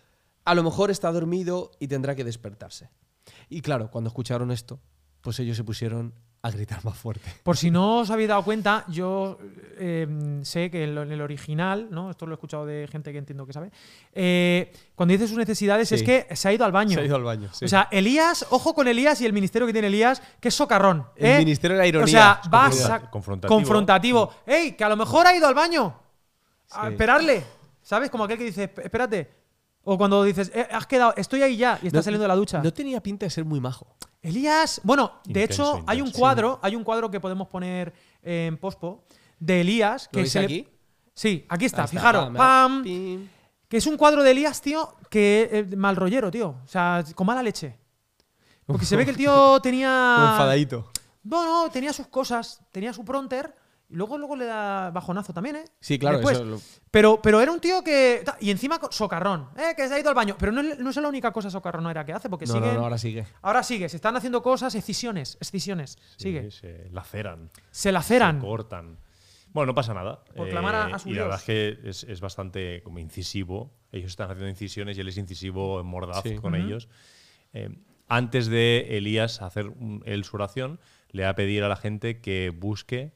A lo mejor está dormido y tendrá que despertarse. Y claro, cuando escucharon esto, pues ellos se pusieron a gritar más fuerte. Por si no os habéis dado cuenta, yo eh, sé que en, lo- en el original, ¿no? Esto lo he escuchado de gente que entiendo que sabe. eh, cuando dice sus necesidades Sí. es que se ha ido al baño. Se ha ido al baño. sí. O sea, Elías, ojo con Elías y el ministerio que tiene Elías, que es socarrón. El ¿eh? ministerio de la ironía. O sea, Es va a confronta- sa- confrontativo. confrontativo. ¡Ey! Que a lo mejor ha ido al baño. A Sí. esperarle. ¿Sabes? Como aquel que dice, "Esp- espérate. O cuando dices, "Eh, has quedado, estoy ahí ya y estás No- saliendo de la ducha. No tenía pinta de ser muy majo. Elías, bueno, de Intenso, hecho, hay un intenso. cuadro, hay un cuadro que podemos poner en pospo de Elías. ¿Lo Que veis se le- aquí? Sí, aquí está, Ahí está, fijaros. pam, ¡Pam! pim. Que es un cuadro de Elías, tío, que es mal rollero, tío. O sea, con mala leche. Porque se ve que el tío tenía. Como enfadadito. No, no, tenía sus cosas, tenía su pronter. Y luego, luego le da bajonazo también, ¿eh? Sí, claro, Después. eso lo- Pero, pero era un tío que. ta- Y encima co- socarrón, ¿eh? Que se ha ido al baño. Pero no es, no es la única cosa socarronera que hace, porque No, sigue. no, no, ahora sigue. Ahora sigue, se están haciendo cosas, excisiones, excisiones. Sí, Sigue. Se laceran, Se laceran. se cortan. Bueno, no pasa nada. Por clamar a- a su y la Dios. verdad es que es, es bastante como incisivo. Ellos están haciendo incisiones y él es incisivo, mordaz Sí. con Ujú. ellos. Eh, antes de Elías hacer un- él su oración, le va a pedir a la gente que busque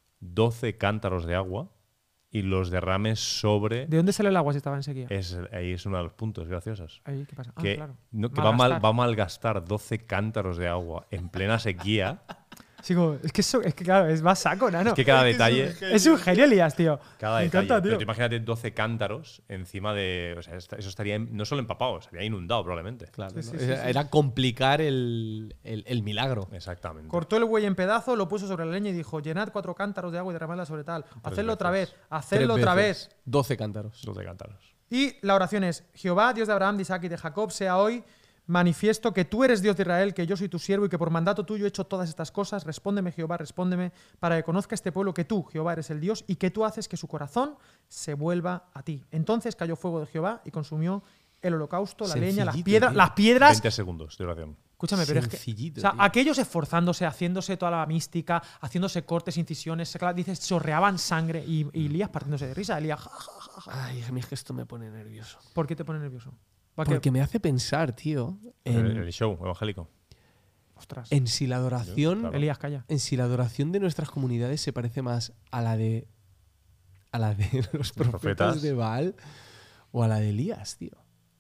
doce cántaros de agua y los derrame sobre... ¿De dónde sale el agua si estaba en sequía? Es, ahí es uno de los puntos graciosos. Ahí, ¿qué pasa? Ah, que claro. no- que va, a mal, Malgastar. va a malgastar doce cántaros de agua en plena sequía. Sí, como- es, que eso, es que, claro, es más saco, ¿no? Es que cada detalle... Es un genio, Elías, tío. Cada Me detalle. encanta, Pero tío. tú imagínate doce cántaros encima de. O sea, esta- eso estaría en- no solo empapado, estaría inundado probablemente. Claro, Sí, ¿no? sí, sí, era, sí. era complicar el, el- el milagro. Exactamente. Cortó el buey en pedazos, lo puso sobre la leña y dijo: llenad cuatro cántaros de agua y derramadla sobre tal. Hacedlo otra vez, veces. hacedlo Tres otra veces. vez. doce cántaros. doce cántaros. Y la oración es: Jehová, Dios de Abraham, de Isaac y de Jacob, sea hoy manifiesto que tú eres Dios de Israel, que yo soy tu siervo y que por mandato tuyo he hecho todas estas cosas. Respóndeme, Jehová, respóndeme, para que conozca este pueblo que tú, Jehová, eres el Dios y que tú haces que su corazón se vuelva a ti. Entonces cayó fuego de Jehová y consumió el holocausto, la leña, las Sencillito, piedras, tío. las piedras. veinte segundos de oración. Escúchame, pero es que. Sencillito, O sea, tío. aquellos esforzándose, haciéndose toda la mística, haciéndose cortes, incisiones, se- dices, chorreaban sangre y, y Elías partiéndose de risa. Elías, ja, ja, ja, ja. Ay, a mí es que esto me pone nervioso. ¿Por qué te pone nervioso? Porque, Porque me hace pensar, tío, El, en, el show evangélico. ostras, en si la adoración. Claro. Elías, calla. En si la adoración de nuestras comunidades se parece más a la de. a la de los profetas, profetas. de Baal o a la de Elías, tío.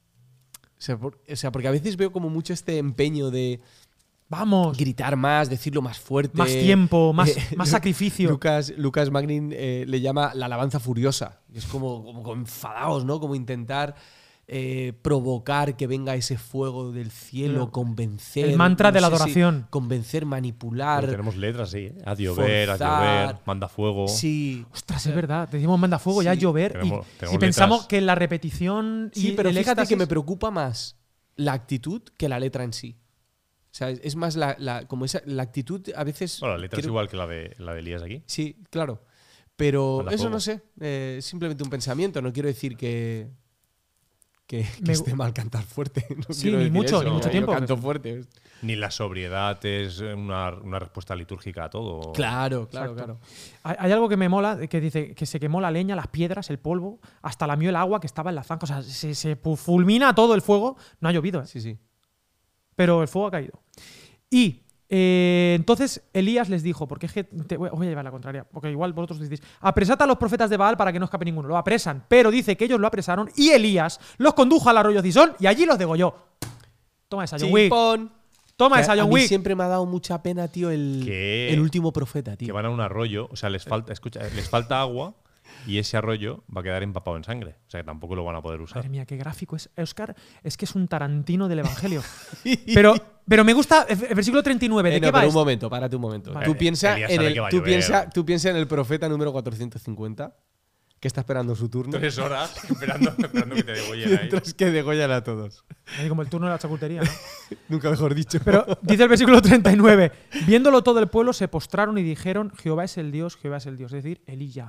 O sea, por- o sea, porque a veces veo como mucho este empeño de Vamos, gritar más, decirlo más fuerte. más tiempo, más, Eh, más Lu- sacrificio. Lucas, Lucas Magnin eh, le llama la alabanza furiosa. Es como, como, como enfadados, ¿no? Como intentar eh, provocar que venga ese fuego del cielo, Claro. convencer. El mantra de la sé si adoración. convencer, Pero manipular. tenemos letras, sí. ¿eh? Haz llover, haz forzar. llover, manda fuego. Sí. Ostras, es verdad. Decimos manda fuego, ya Sí, llover. tenemos- y tenemos y pensamos letras. que la repetición. Sí, y pero el fíjate que éxtasis- me preocupa más la actitud que la letra en sí. O sea, es es más la, la- como esa, la actitud a veces. Bueno, la letra es quiero- igual que la de, la de Elías aquí. Sí, claro. Pero Manda eso fuego. no sé. eh, es simplemente un pensamiento. No quiero decir que. Que, que Me- esté mal cantar fuerte. No Sí, quiero ni decir mucho, eso, ni mucho yo tiempo. canto fuerte. Ni la sobriedad es una, una respuesta litúrgica a todo. Claro, claro, Exacto. claro. Hay, hay algo que me mola, que dice que se quemó la leña, las piedras, el polvo, hasta lamió el agua que estaba en la zanja. O sea, se, se pu- fulmina todo el fuego. No ha llovido, ¿eh? Sí, sí. Pero el fuego ha caído. Y eh, entonces Elías les dijo, porque es que te voy, voy a llevar la contraria, porque igual vosotros decís, apresad a los profetas de Baal para que no escape ninguno. Lo apresan, pero dice que ellos lo apresaron y Elías los condujo al arroyo Cisón y allí los degolló. Toma esa, John Wick. Chimpón. Toma Que esa, a John mí Wick. siempre me ha dado mucha pena, tío, el, ¿Qué? el último profeta, tío. Que van a un arroyo, o sea, les falta, escucha, les falta agua y ese arroyo va a quedar empapado en sangre. O sea, que tampoco lo van a poder usar. Madre mía, qué gráfico es. Oscar es que es un Tarantino del Evangelio. pero, pero me gusta el el versículo treinta y nueve. ¿De Eh, qué no, va pero un esto? momento, párate un momento. Vale. Tú piensas Elías en sabe el, que va a tú llover. piensa, tú piensa en el profeta número cuatrocientos cincuenta. que está esperando su turno. Tres horas esperando, esperando que te degollen ahí. Mientras que degollan a todos. Ahí como el turno de la charcutería, ¿no? Nunca mejor dicho. Pero dice el versículo treinta y nueve, viéndolo todo el pueblo se postraron y dijeron, Jehová es el Dios, Jehová es el Dios. Es decir, Elías.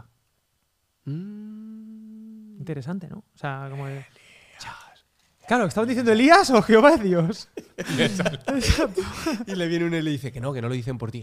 Mm. Interesante, ¿no? O sea, como de... Claro, ¿estaban diciendo Elías o Jehová es Dios? Y le viene uno y le dice que no, que no lo dicen por ti.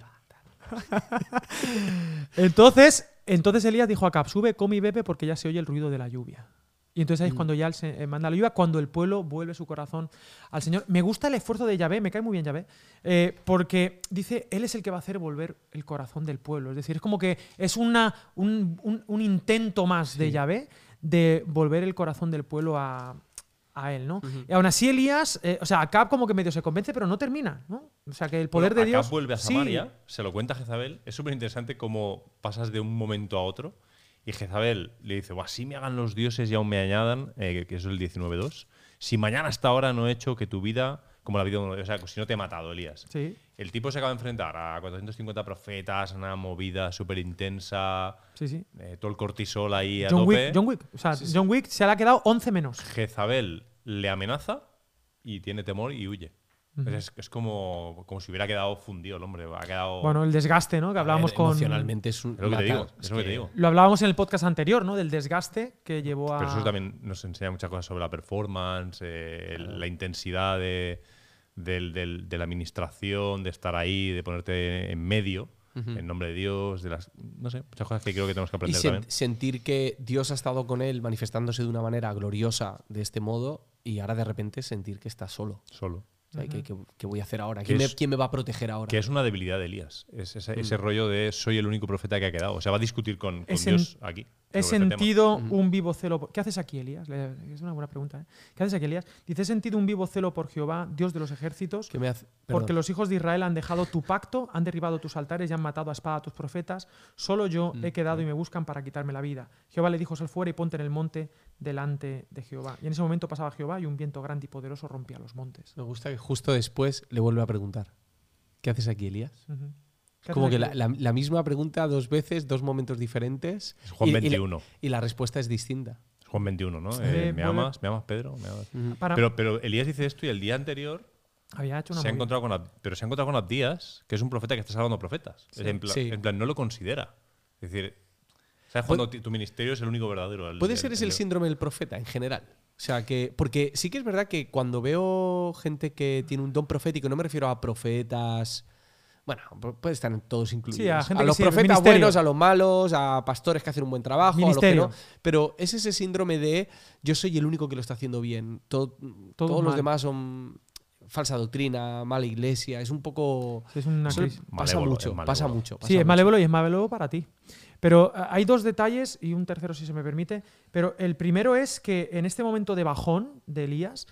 Entonces, entonces Elías dijo a Acab, sube, come y bebe porque ya se oye el ruido de la lluvia. Y entonces ahí es cuando ya él se eh, manda la lluvia, cuando el pueblo vuelve su corazón al Señor. Me gusta el esfuerzo de Yahvé, me cae muy bien Yahvé, eh, porque dice, Él es el que va a hacer volver el corazón del pueblo. Es decir, es como que es una, un, un, un intento más sí. de Yahvé de volver el corazón del pueblo a, a Él, ¿no? Uh-huh. Y aún así Elías, eh, o sea, Acab como que medio se convence, pero no termina, ¿no? O sea, que el poder bueno, de Dios... Acab vuelve a Samaria, sí. se lo cuenta a Jezabel. Es súper interesante cómo pasas de un momento a otro. Y Jezabel le dice, así me hagan los dioses y aún me añadan, eh, que eso es el diecinueve dos, si mañana hasta ahora no he hecho que tu vida, como la vida de uno, o sea, si no te he matado, Elías. Sí. El tipo se acaba de enfrentar a cuatrocientos cincuenta profetas, una movida súper intensa, sí, sí. Eh, todo el cortisol ahí a John tope. Wick, John Wick, o sea, sí, sí. John Wick se le ha quedado once menos. Jezabel le amenaza y tiene temor y huye. Uh-huh. Es, es como, como si hubiera quedado fundido el hombre. Ha quedado... Bueno, el desgaste, ¿no? Que hablábamos ver, con... Emocionalmente es un... Es lo que te digo. Es lo que te digo. Lo hablábamos en el podcast anterior, ¿no? Del desgaste que llevó a... Pero eso también nos enseña muchas cosas sobre la performance, eh, claro. la intensidad de, de, de, de la administración, de estar ahí, de ponerte en medio, uh-huh. en nombre de Dios, de las... No sé, muchas cosas que creo que tenemos que aprender y sen- también. sentir que Dios ha estado con él manifestándose de una manera gloriosa de este modo y ahora de repente sentir que está solo. Solo. O sea, ¿qué, qué, ¿Qué voy a hacer ahora? ¿Quién, es, me, ¿Quién me va a proteger ahora? Que es una debilidad de Elías. Es ese, mm. ese rollo de soy el único profeta que ha quedado. O sea, va a discutir con, con Dios aquí. He sentido este un vivo celo... Por... ¿Qué haces aquí, Elías? Es una buena pregunta. ¿eh? ¿Qué haces aquí, Elías? Dice, he sentido un vivo celo por Jehová, Dios de los ejércitos, me hace... porque los hijos de Israel han dejado tu pacto, han derribado tus altares y han matado a espada a tus profetas. Solo yo mm. he quedado y me buscan para quitarme la vida. Jehová le dijo, sal fuera y ponte en el monte delante de Jehová. Y en ese momento pasaba Jehová y un viento grande y poderoso rompía los montes. Me gusta que justo después le vuelve a preguntar, ¿qué haces aquí, Elías? Uh-huh. Como que la, la, la misma pregunta dos veces, dos momentos diferentes. Es Juan y, veintiuno. Y la, y la respuesta es distinta. Es Juan veintiuno, ¿no? Sí, Eh, ¿Me bueno. amas? ¿Me amas, Pedro? ¿Me amas? Uh-huh. Para... Pero, pero Elías dice esto y el día anterior había hecho una se ha movida. encontrado con Ab- pero se ha encontrado con Abdías, que es un profeta que está salvando profetas. Sí, Es en, pla- sí. en plan, no lo considera. Es decir, ¿sabes cuando ti- tu ministerio es el único verdadero? El- Puede el- ser el- es el síndrome del profeta en general. O sea, que. Porque sí que es verdad que cuando veo gente que tiene un don profético, no me refiero a profetas. Bueno, puede estar en todos incluidos. Sí, a gente que los sí, profetas ministerio. buenos, a los malos, a pastores que hacen un buen trabajo, Ministerio. a los que no. Pero es ese síndrome de yo soy el único que lo está haciendo bien. Todo- todos los mal. demás son falsa doctrina, mala iglesia. Es un poco. Es una Eso crisis. pasa Malévolo, mucho, es malévolo. pasa mucho. pasa Sí, es mucho. malévolo y es malévolo para ti. Pero eh, hay dos detalles y un tercero si se me permite. Pero el primero es que en este momento de bajón de Elías,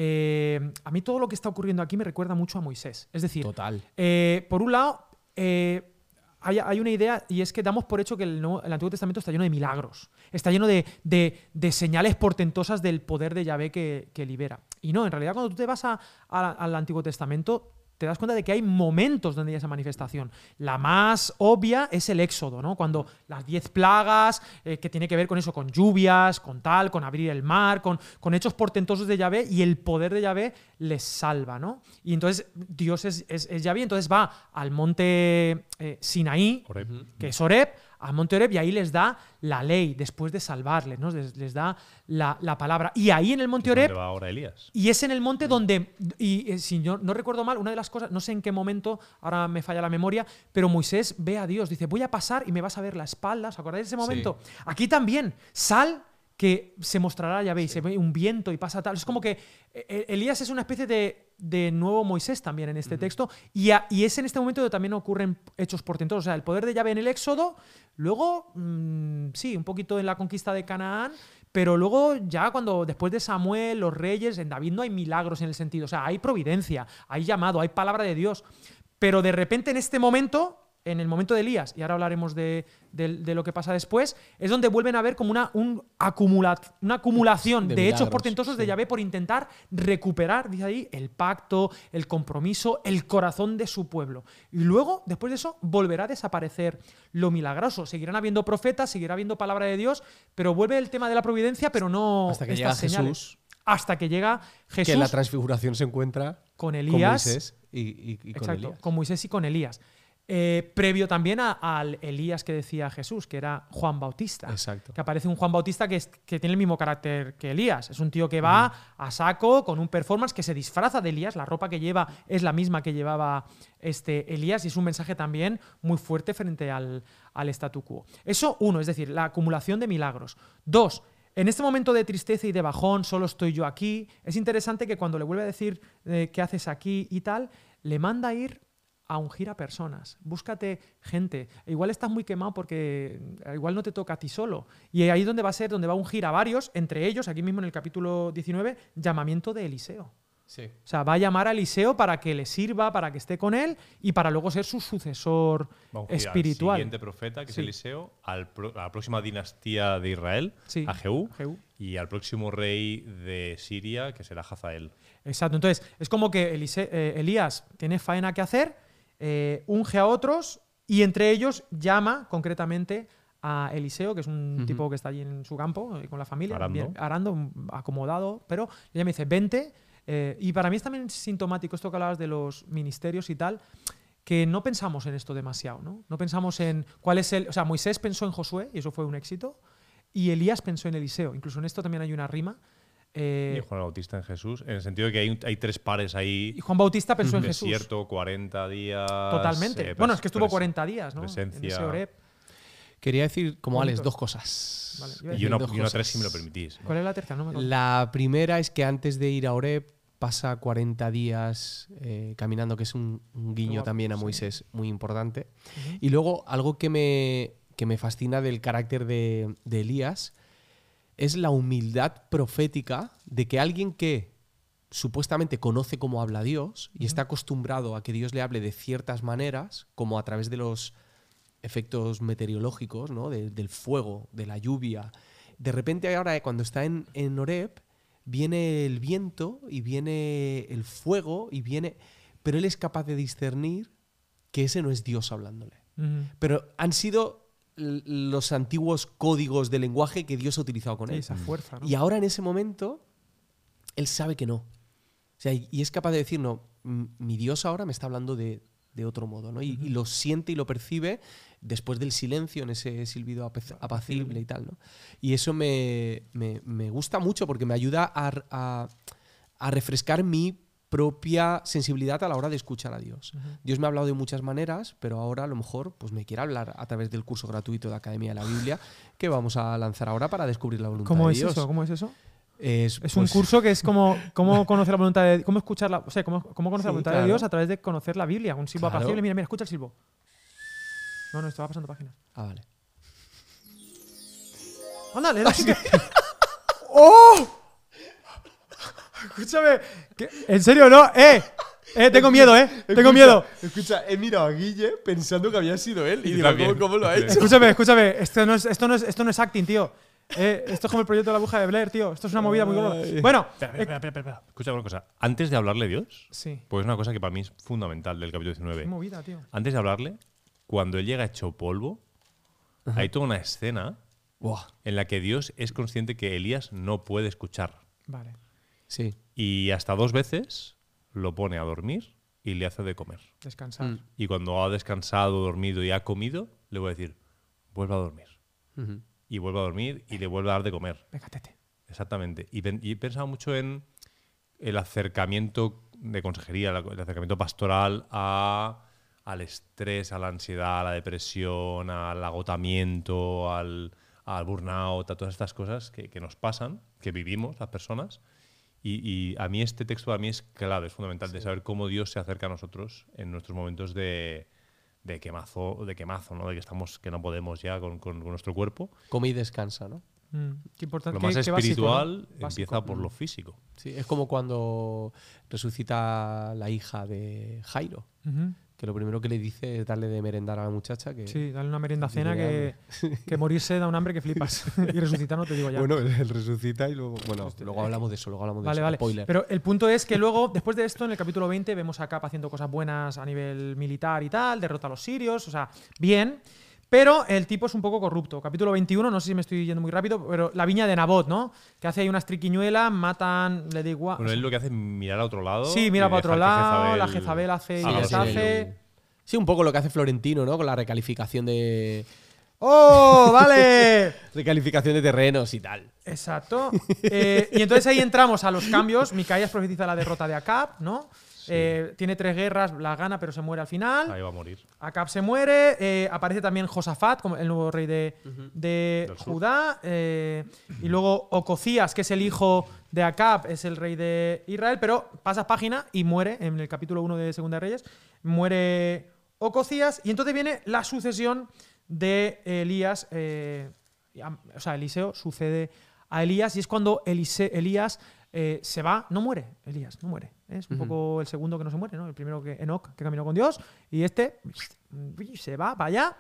eh, a mí todo lo que está ocurriendo aquí me recuerda mucho a Moisés. Es decir, Total. eh, por un lado, eh, hay, hay una idea y es que damos por hecho que el, Nuevo- el Antiguo Testamento está lleno de milagros, está lleno de, de- de señales portentosas del poder de Yahvé que, que libera. Y no, en realidad cuando tú te vas a- a- al Antiguo Testamento te das cuenta de que hay momentos donde hay esa manifestación. La más obvia es el Éxodo, ¿no? Cuando las diez plagas, eh, que tiene que ver con eso, con lluvias, con tal, con abrir el mar, con, con hechos portentosos de Yahvé y el poder de Yahvé les salva, ¿no? Y entonces Dios es, es, es Yahvé, entonces va al monte eh, Sinaí, Oreb. que es Oreb, al monte Oreb y ahí les da la ley después de salvarles, ¿no? Les, les da la, la palabra. Y ahí en el monte ¿Dónde Oreb va ahora Elías? y es en el monte donde, y eh, si yo no recuerdo mal, una de las cosas, no sé en qué momento, ahora me falla la memoria, pero Moisés ve a Dios, dice, voy a pasar y me vas a ver la espalda, ¿os acordáis de ese momento? Aquí también, sal que se mostrará, ya veis, se ve un viento y pasa tal. Es como que eh, Elías es una especie de, de nuevo Moisés también en este Ujú. texto y, a- y es en este momento donde también ocurren hechos portentosos. O sea, el poder de Yahvé en el Éxodo, luego, mm, sí, un poquito en la conquista de Canaán, pero luego ya cuando después de Samuel, los reyes, en David no hay milagros en el sentido, o sea, hay providencia, hay llamado, hay palabra de Dios, pero de repente en este momento en el momento de Elías, y ahora hablaremos de, de, de lo que pasa después, es donde vuelven a ver como una, un acumula, una acumulación de, De hechos milagros, portentosos de sí. Yahvé por intentar recuperar, dice ahí, el pacto, el compromiso, el corazón de su pueblo. Y luego, después de eso, volverá a desaparecer lo milagroso. Seguirán habiendo profetas, seguirá habiendo palabra de Dios, pero vuelve el tema de la providencia, pero no Hasta que estas llega señales. Jesús, Hasta que llega Jesús que en la transfiguración se encuentra con con Elías. Moisés y, y- y con Exacto, Elías. con Moisés y con Elías. Eh, previo también a- al Elías que decía Jesús, que era Juan Bautista. Exacto. Que aparece un Juan Bautista que, es- que tiene el mismo carácter que Elías. Es un tío que va a saco con un performance que se disfraza de Elías. La ropa que lleva es la misma que llevaba este Elías y es un mensaje también muy fuerte frente al, al statu quo. Eso, uno, es decir, la acumulación de milagros. Dos, en este momento de tristeza y de bajón, solo estoy yo aquí, es interesante que cuando le vuelve a decir eh, ¿qué haces aquí? Y tal, le manda a ir a ungir a personas. Búscate gente. Igual estás muy quemado porque igual no te toca a ti solo. Y ahí es donde va a ser, donde va a ungir a varios, entre ellos, aquí mismo en el capítulo diecinueve, llamamiento de Eliseo. Sí. O sea, va a llamar a Eliseo para que le sirva, para que esté con él y para luego ser su sucesor Va a ungir espiritual. Al siguiente profeta, que Sí. es Eliseo, al pro- a la próxima dinastía de Israel, Sí. a Jehú, Jehú. y al próximo rey de Siria, que será Hazael. Exacto. Entonces, es como que Elise- eh, Elías tiene faena que hacer, eh, unge a otros y entre ellos llama concretamente a Eliseo, que es un Ujú. tipo que está allí en su campo eh, con la familia, Arando. bien, arando, mm, acomodado, pero ella me dice, vente. eh, y para mí es también sintomático esto que hablabas de los ministerios y tal, que no pensamos en esto demasiado, ¿no? No pensamos en cuál es el... O sea, Moisés pensó en Josué y eso fue un éxito, y Elías pensó en Eliseo. Incluso en esto también hay una rima. eh, Y Juan Bautista en Jesús, en el sentido de que hay, un- hay tres pares ahí. y Juan Bautista pensó en Jesús. Desierto, cuarenta días. Totalmente. eh, bueno, pres- es que estuvo pres- cuarenta días, ¿no? presencia. En ese Oreb. Quería decir, como Bonitos. Alex, dos cosas. Vale, iba a Y decir una, dos y una cosas. tres, si me lo permitís. ¿Cuál es la tercera? No me acuerdo. La primera es que antes de ir a Oreb pasa cuarenta días eh, caminando, que es un, un guiño Guapo, también a sí. Moisés muy importante. Ujú. Y luego algo que me, que me fascina del carácter de, de Elías es la humildad profética de que alguien que supuestamente conoce cómo habla Dios y Ujú. está acostumbrado a que Dios le hable de ciertas maneras, como a través de los efectos meteorológicos, ¿no? De- del fuego, de la lluvia. De repente ahora, eh, cuando está en, en Oreb, viene el viento y viene el fuego y viene... Pero él es capaz de discernir que ese no es Dios hablándole. Ujú. Pero han sido l- los antiguos códigos de lenguaje que Dios ha utilizado con él. Esa fuerza, ¿no? Y ahora en ese momento, él sabe que no. O sea, y y es capaz de decir, no, m- mi Dios ahora me está hablando de, de otro modo, ¿no? Y, y lo siente y lo percibe después del silencio, en ese silbido apac- apacible y tal, ¿no? Y eso me, me- me gusta mucho porque me ayuda a, a- a refrescar mi propia sensibilidad a la hora de escuchar a Dios. Ujú. Dios me ha hablado de muchas maneras, pero ahora a lo mejor pues me quiere hablar a través del curso gratuito de Academia de la Biblia que vamos a lanzar ahora para descubrir la voluntad ¿Cómo de es Dios. eso? ¿Cómo es eso? Es, Es un pues, curso que es como cómo conocer la voluntad de cómo escuchar la, o sea, cómo, cómo conocer la Sí, voluntad claro. de Dios a través de conocer la Biblia, un silbo Claro. apacible. Mira, mira, escucha el silbo. No, no, esto va pasando páginas. Ah, vale. Ándale, dale, que- ¡Oh! Escúchame, que- en serio, no, eh, eh, tengo miedo, eh, tengo miedo. Escucha, he mirado a Guille pensando que había sido él. Y digo, también. ¿cómo- cómo lo ha hecho? Escúchame, escúchame, esto no es, esto no es, esto no es acting, tío. Eh, esto es como el proyecto de la bruja de Blair, tío. Esto es una movida muy gorda. Ay. Bueno, Espera, eh, espera, espera, espera. Escucha una cosa. Antes de hablarle a Dios, sí, pues es una cosa que para mí es fundamental del capítulo qué diecinueve. movida, tío. Antes de hablarle, cuando él llega hecho polvo, hay toda una escena Buah, en la que Dios es consciente que Elías no puede escuchar. Vale. sí. Y hasta dos veces lo pone a dormir y le hace de comer. Descansar. Mm. Y cuando ha descansado, dormido y ha comido, le voy a decir, vuelve a dormir. Ujú. Y vuelve a dormir y le vuelve a dar de comer. Venga, tete. Exactamente. Y, pen- y he pensado mucho en el acercamiento de consejería, la- el acercamiento pastoral a, al estrés, a la ansiedad, a la depresión, al agotamiento, al, al burnout, a todas estas cosas que, que nos pasan, que vivimos las personas. Y, y a mí este texto a mí es clave, es fundamental de saber cómo Dios se acerca a nosotros en nuestros momentos de, de quemazo, de quemazo, ¿no? De que estamos, que no podemos ya con, con- con nuestro cuerpo. Come y descansa, ¿no? Mm, qué importante. Lo qué- más qué básico, ¿no? espiritual Básico. empieza por lo físico. Sí, es como cuando resucita la hija de Jairo. Ujú. Que lo primero que le dice es darle de merendar a la muchacha. Que Sí, dale una merienda cena Tiene que, que morirse da un hambre que flipas. Y resucitar no te digo ya. Bueno, él, él resucita y luego. Bueno, Hostia, luego eh. hablamos de eso, luego hablamos de Vale, eso. vale. Spoiler. Pero el punto es que luego, después de esto, en el capítulo veinte, vemos a Cap haciendo cosas buenas a nivel militar y tal, derrota a los sirios, o sea, bien. Pero el tipo es un poco corrupto. Capítulo veintiuno, no sé si me estoy yendo muy rápido, pero la viña de Nabot, ¿no? Que hace ahí unas triquiñuelas, matan, le da igual. Bueno, él lo que hace es mirar a otro lado. Sí, y mira para otro dejar que lado, la Jezabel Jezabel hace y haga lo deshace. suyo. Sí, un poco lo que hace Florentino, ¿no? Con la recalificación de. ¡Oh, vale! Recalificación de terrenos y tal. Exacto. Eh, y entonces ahí entramos a los cambios. Micaías profetiza la derrota de Acab, ¿no? Eh, tiene tres guerras, la gana, pero se muere al final. Ahí va a morir. Acab se muere. eh, aparece también Josafat, como el nuevo rey de, de Del sur. Judá. eh, y luego Ococías, que es el hijo de Acab, es el rey de Israel. Pero pasa página y muere en el capítulo uno de Segunda de Reyes. Muere Ococías. Y entonces viene la sucesión de Elías. eh, o sea, Eliseo sucede a Elías. Y es cuando Elise- Elías eh, se va. No muere, Elías, no muere. Es un Ujú. poco el segundo que no se muere, ¿no? El primero que Enoc, que caminó con Dios, y este se va para allá.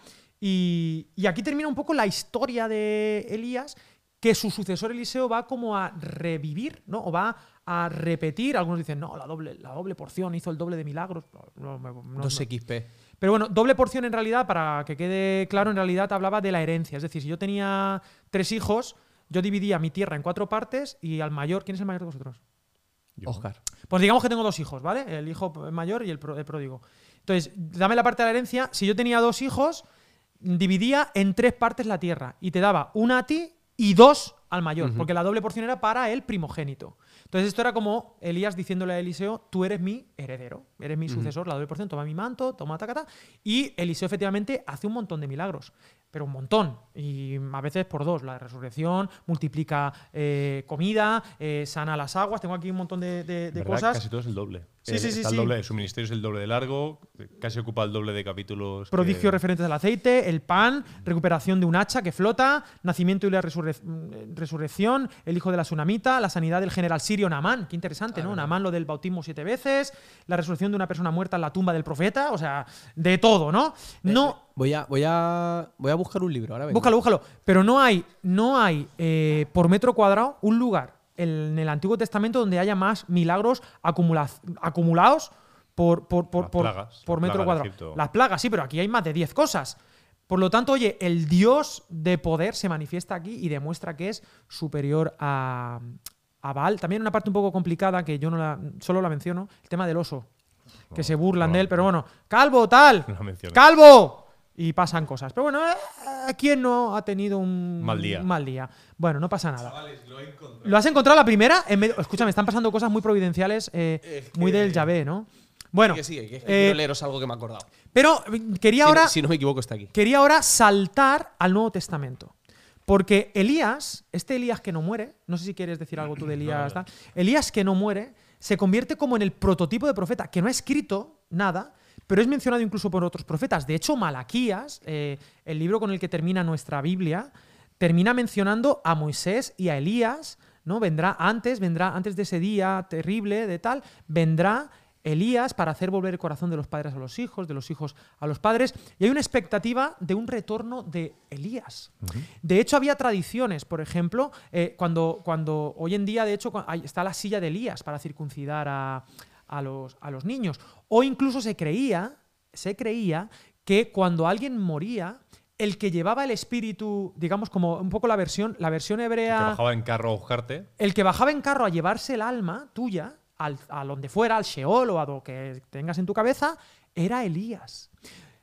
Y, y aquí termina un poco la historia de Elías, que su sucesor Eliseo va como a revivir, ¿no? O va a repetir. Algunos dicen, no, la doble, la doble porción hizo el doble de milagros. No, no, no, dos no. equis pe. Pero bueno, doble porción en realidad, para que quede claro, en realidad hablaba de la herencia. Es decir, si yo tenía tres hijos, yo dividía mi tierra en cuatro partes y al mayor, ¿quién es el mayor de vosotros? Yo. Oscar. Pues digamos que tengo dos hijos, ¿vale? El hijo mayor y el, pro- el pródigo. Entonces, dame la parte de la herencia. Si yo tenía dos hijos, dividía en tres partes la tierra y te daba una a ti y dos al mayor, Ujú. porque la doble porción era para el primogénito. Entonces esto era como Elías diciéndole a Eliseo, tú eres mi heredero, eres mi Ujú. sucesor, la doble porción, toma mi manto, toma tacata. Y Eliseo efectivamente hace un montón de milagros, pero un montón, y a veces por dos. La resurrección, multiplica eh, comida, eh, sana las aguas, tengo aquí un montón de, de- de ¿Verdad? cosas. Casi todo es el doble. Sí, Eh, sí, sí, está sí. el doble, su ministerio es el doble de largo, casi ocupa el doble de capítulos. que- Prodigios referentes al aceite, el pan, recuperación de un hacha que flota, nacimiento y la resurrec- mm, resurrección, el hijo de la tsunamita, la sanidad del general sirio Naamán, qué interesante, ¿no? Naamán, lo del bautismo siete veces, la resurrección de una persona muerta en la tumba del profeta, o sea, de todo, ¿no? No, Voy a, voy a, voy a buscar un libro. Ahora vengo. búscalo, búscalo, pero no hay, no hay eh, por metro cuadrado un lugar en el Antiguo Testamento donde haya más milagros acumula- acumulados por, por, por, Las por- plagas, por las metro plagas de cuadrado. Egipto. Las plagas, sí, pero aquí hay más de diez cosas. Por lo tanto, oye, el Dios de poder se manifiesta aquí y demuestra que es superior a, a Baal. También una parte un poco complicada que yo no la, solo la menciono, el tema del oso, que No, se burlan no, de él, pero no. bueno, calvo, tal, No la menciones. calvo. Y pasan cosas. Pero bueno, eh, ¿quién no ha tenido un Mal día. mal día? Bueno, no pasa nada. ¿Lo has encontrado la primera? En medio- Escúchame, están pasando cosas muy providenciales, eh, Es muy que- del Yahvé, ¿no? Bueno, Que sí, que, que eh, quiero leeros algo que me he acordado. pero eh, quería Si, ahora, no, si no me equivoco, está aquí. quería ahora saltar al Nuevo Testamento. Porque Elías, este Elías que no muere, no sé si quieres decir algo tú de Elías, tal, Elías que no muere, se convierte como en el prototipo de profeta, que no ha escrito nada, pero es mencionado incluso por otros profetas. De hecho, Malaquías, eh, el libro con el que termina nuestra Biblia, termina mencionando a Moisés y a Elías, ¿no? Vendrá antes, vendrá antes de ese día terrible, de tal, vendrá Elías para hacer volver el corazón de los padres a los hijos, de los hijos a los padres, y hay una expectativa de un retorno de Elías. De hecho, había tradiciones, por ejemplo, eh, cuando, cuando hoy en día, de hecho, cu- hay- está la silla de Elías para circuncidar a, a los, a los niños. O incluso se creía, se creía que cuando alguien moría, el que llevaba el espíritu, digamos, como un poco la versión, la versión Que hebrea, bajaba en carro a buscarte. el que bajaba en carro a llevarse el alma tuya, al, a donde fuera, al Sheol o a lo que tengas en tu cabeza, era Elías.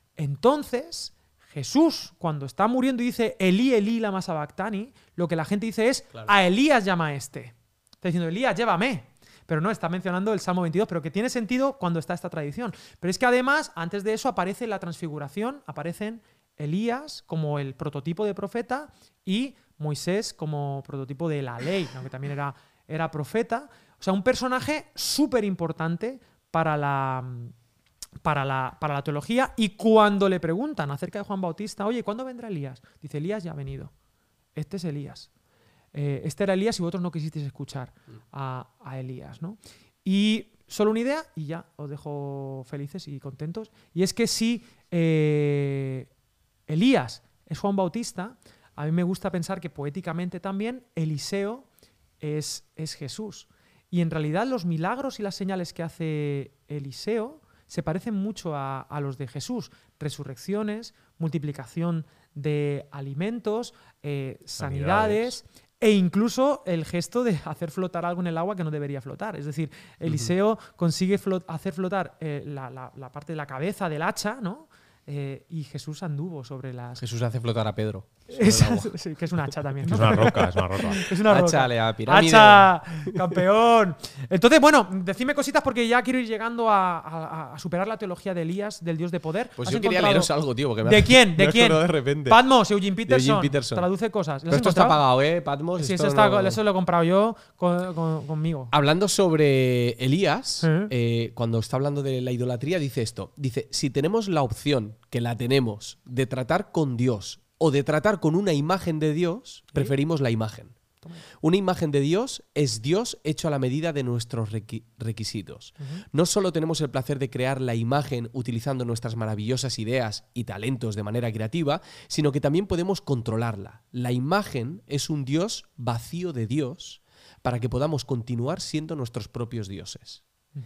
Entonces, Jesús, cuando está muriendo y dice Elí, Elí, lama sabactani, lo que la gente dice es, Claro. a Elías llama a este. Está diciendo, Elías, llévame. Pero no, está mencionando el Salmo veintidós, pero que tiene sentido cuando está esta tradición. Pero es que además, antes de eso, aparece la transfiguración, aparecen Elías como el prototipo de profeta y Moisés como prototipo de la ley, aunque también era, era profeta. O sea, un personaje súper importante para la, para, la, para la teología. Y cuando le preguntan acerca de Juan Bautista, oye, ¿cuándo vendrá Elías? Dice, Elías ya ha venido. Este es Elías. Eh, este era Elías y vosotros no quisisteis escuchar a, a Elías, ¿no? Y solo una idea y ya os dejo felices y contentos. Y es que si eh, Elías es Juan Bautista, a mí me gusta pensar que poéticamente también Eliseo es, es Jesús. Y en realidad los milagros y las señales que hace Eliseo se parecen mucho a, a los de Jesús. Resurrecciones, multiplicación de alimentos, eh, sanidades, sanidades e incluso el gesto de hacer flotar algo en el agua que no debería flotar. Es decir, Eliseo uh-huh. consigue flot- hacer flotar eh, la, la, la parte de la cabeza del hacha, ¿no? Eh, y Jesús anduvo sobre las... Jesús hace flotar a Pedro. Es, sí, que es un hacha también. ¿no? Es una roca, es una roca. Es una roca. Hacha, le da pirámide. ¡Hacha! ¡Campeón! Entonces, bueno, decidme cositas porque ya quiero ir llegando a, a, a superar la teología de Elías, del Dios de poder. Pues yo quería leeros algo, tío. Porque me ¿De quién? ¿De me quién? De repente. Patmos, Eugene Peterson. Eugene Peterson. Traduce cosas. Pero esto está pagado, ¿eh? Patmos. Sí, esto eso, está, no... eso lo he comprado yo con, con, conmigo. Hablando sobre Elías, ¿Eh? Eh, cuando está hablando de la idolatría, dice esto. Dice, si tenemos la opción, que la tenemos, de tratar con Dios o de tratar con una imagen de Dios, ¿sí? Preferimos la imagen. Toma. Una imagen de Dios es Dios hecho a la medida de nuestros requi- requisitos. Uh-huh. No solo tenemos el placer de crear la imagen utilizando nuestras maravillosas ideas y talentos de manera creativa, sino que también podemos controlarla. La imagen es un Dios vacío de Dios para que podamos continuar siendo nuestros propios dioses. Uh-huh.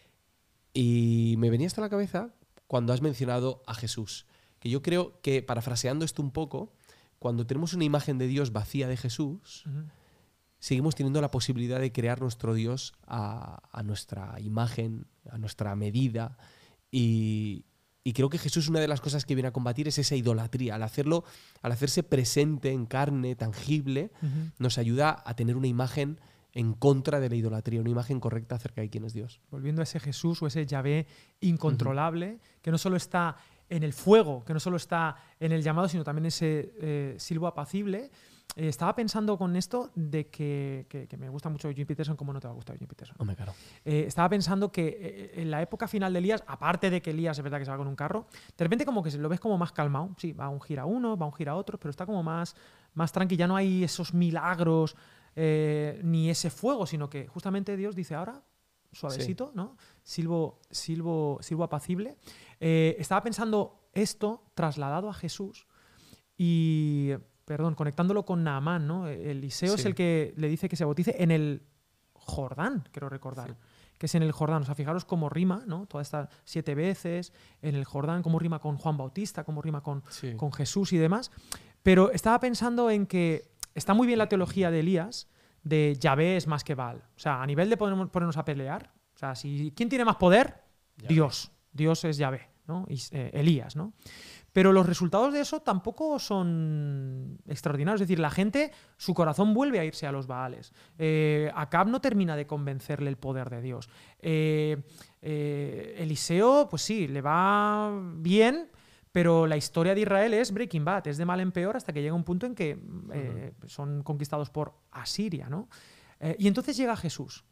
Y me venía hasta la cabeza cuando has mencionado a Jesús. Que yo creo que, parafraseando esto un poco, cuando tenemos una imagen de Dios vacía de Jesús, uh-huh. seguimos teniendo la posibilidad de crear nuestro Dios a, a nuestra imagen, a nuestra medida. Y, y creo que Jesús, una de las cosas que viene a combatir es esa idolatría. Al hacerlo, al hacerse presente en carne, tangible, uh-huh. nos ayuda a tener una imagen en contra de la idolatría, una imagen correcta acerca de quién es Dios. Volviendo a ese Jesús o ese Yahvé incontrolable, uh-huh. que no solo está en el fuego, que no solo está en el llamado, sino también ese eh, silbo apacible. Eh, estaba pensando con esto de que, que, que me gusta mucho Eugene Peterson, ¿cómo no te va a gustar Eugene Peterson? Hombre, claro. Eh, estaba pensando que eh, en la época final de Elías, aparte de que Elías es verdad que se va con un carro, de repente como que se lo ves como más calmado. Sí, va a ungir a uno, va a ungir a otros, pero está como más, más tranqui. Ya no hay esos milagros eh, ni ese fuego, sino que justamente Dios dice ahora, suavecito, sí. ¿no? Silbo, silbo, silbo apacible. Eh, estaba pensando esto trasladado a Jesús y, perdón, conectándolo con Naamán, ¿no? Eliseo sí. es el que le dice que se bautice en el Jordán, quiero recordar. Sí. Que es en el Jordán. O sea, fijaros cómo rima, ¿no? Todas estas siete veces en el Jordán, cómo rima con Juan Bautista, cómo rima con, sí. con Jesús y demás. Pero estaba pensando en que está muy bien la teología de Elías, de Yahvé es más que Baal. O sea, a nivel de ponernos a pelear, o sea, si ¿quién tiene más poder? Yahvé. Dios. Dios es Yahvé, ¿no? Y, eh, Elías, ¿no? Pero los resultados de eso tampoco son extraordinarios. Es decir, la gente, su corazón vuelve a irse a los Baales. Eh, Acab no termina de convencerle el poder de Dios. Eh, eh, Eliseo, pues sí, le va bien, pero la historia de Israel es Breaking Bad, es de mal en peor hasta que llega un punto en que eh, uh-huh. son conquistados por Asiria, ¿no? Eh, y entonces llega Jesús.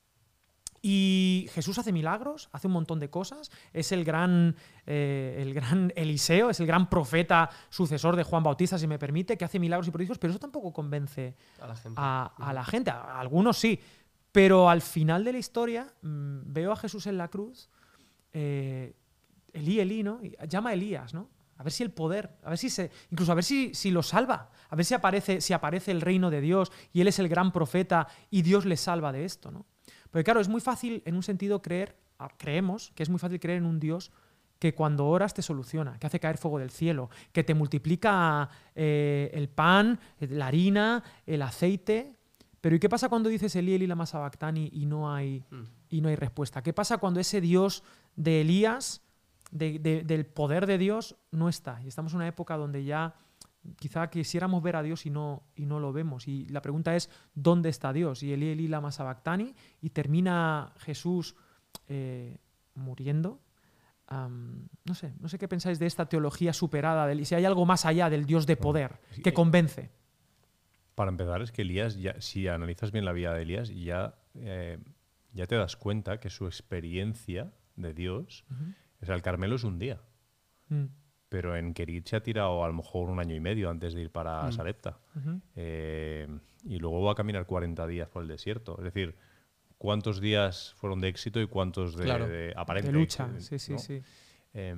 Y Jesús hace milagros, hace un montón de cosas, es el gran, eh, el gran Eliseo, es el gran profeta sucesor de Juan Bautista, si me permite, que hace milagros y prodigios, pero eso tampoco convence a la gente. A, a, la gente. a algunos sí, pero al final de la historia mmm, veo a Jesús en la cruz, eh, Elí, Elí, ¿no? Y llama a Elías, ¿no? A ver si el poder, a ver si se, incluso a ver si, si lo salva, a ver si aparece, si aparece el reino de Dios y él es el gran profeta y Dios le salva de esto, ¿no? Porque claro, es muy fácil en un sentido creer, creemos que es muy fácil creer en un Dios que cuando oras te soluciona, que hace caer fuego del cielo, que te multiplica eh, el pan, la harina, el aceite. Pero ¿y qué pasa cuando dices Elí, Elí, lama sabactani y no hay, mm. y no hay respuesta? ¿Qué pasa cuando ese Dios de Elías, de, de, del poder de Dios, no está? Y estamos en una época donde ya quizá quisiéramos ver a Dios y no, y no lo vemos. Y la pregunta es, ¿dónde está Dios? Y Elí, Elí, lama sabactani, y termina Jesús eh, muriendo. Um, no sé, no sé qué pensáis de esta teología superada, de, si hay algo más allá del Dios de poder que convence. Para empezar, es que Elías, ya, si analizas bien la vida de Elías, ya, eh, ya te das cuenta que su experiencia de Dios, uh-huh. o sea, el Carmelo es un día. Mm. Pero en Kerit se ha tirado a lo mejor un año y medio antes de ir para mm. Sarepta. Uh-huh. Eh, y luego va a caminar cuarenta días por el desierto. Es decir, cuántos días fueron de éxito y cuántos de, Claro. de aparente De lucha, éxito, sí, sí, ¿no? sí. Eh,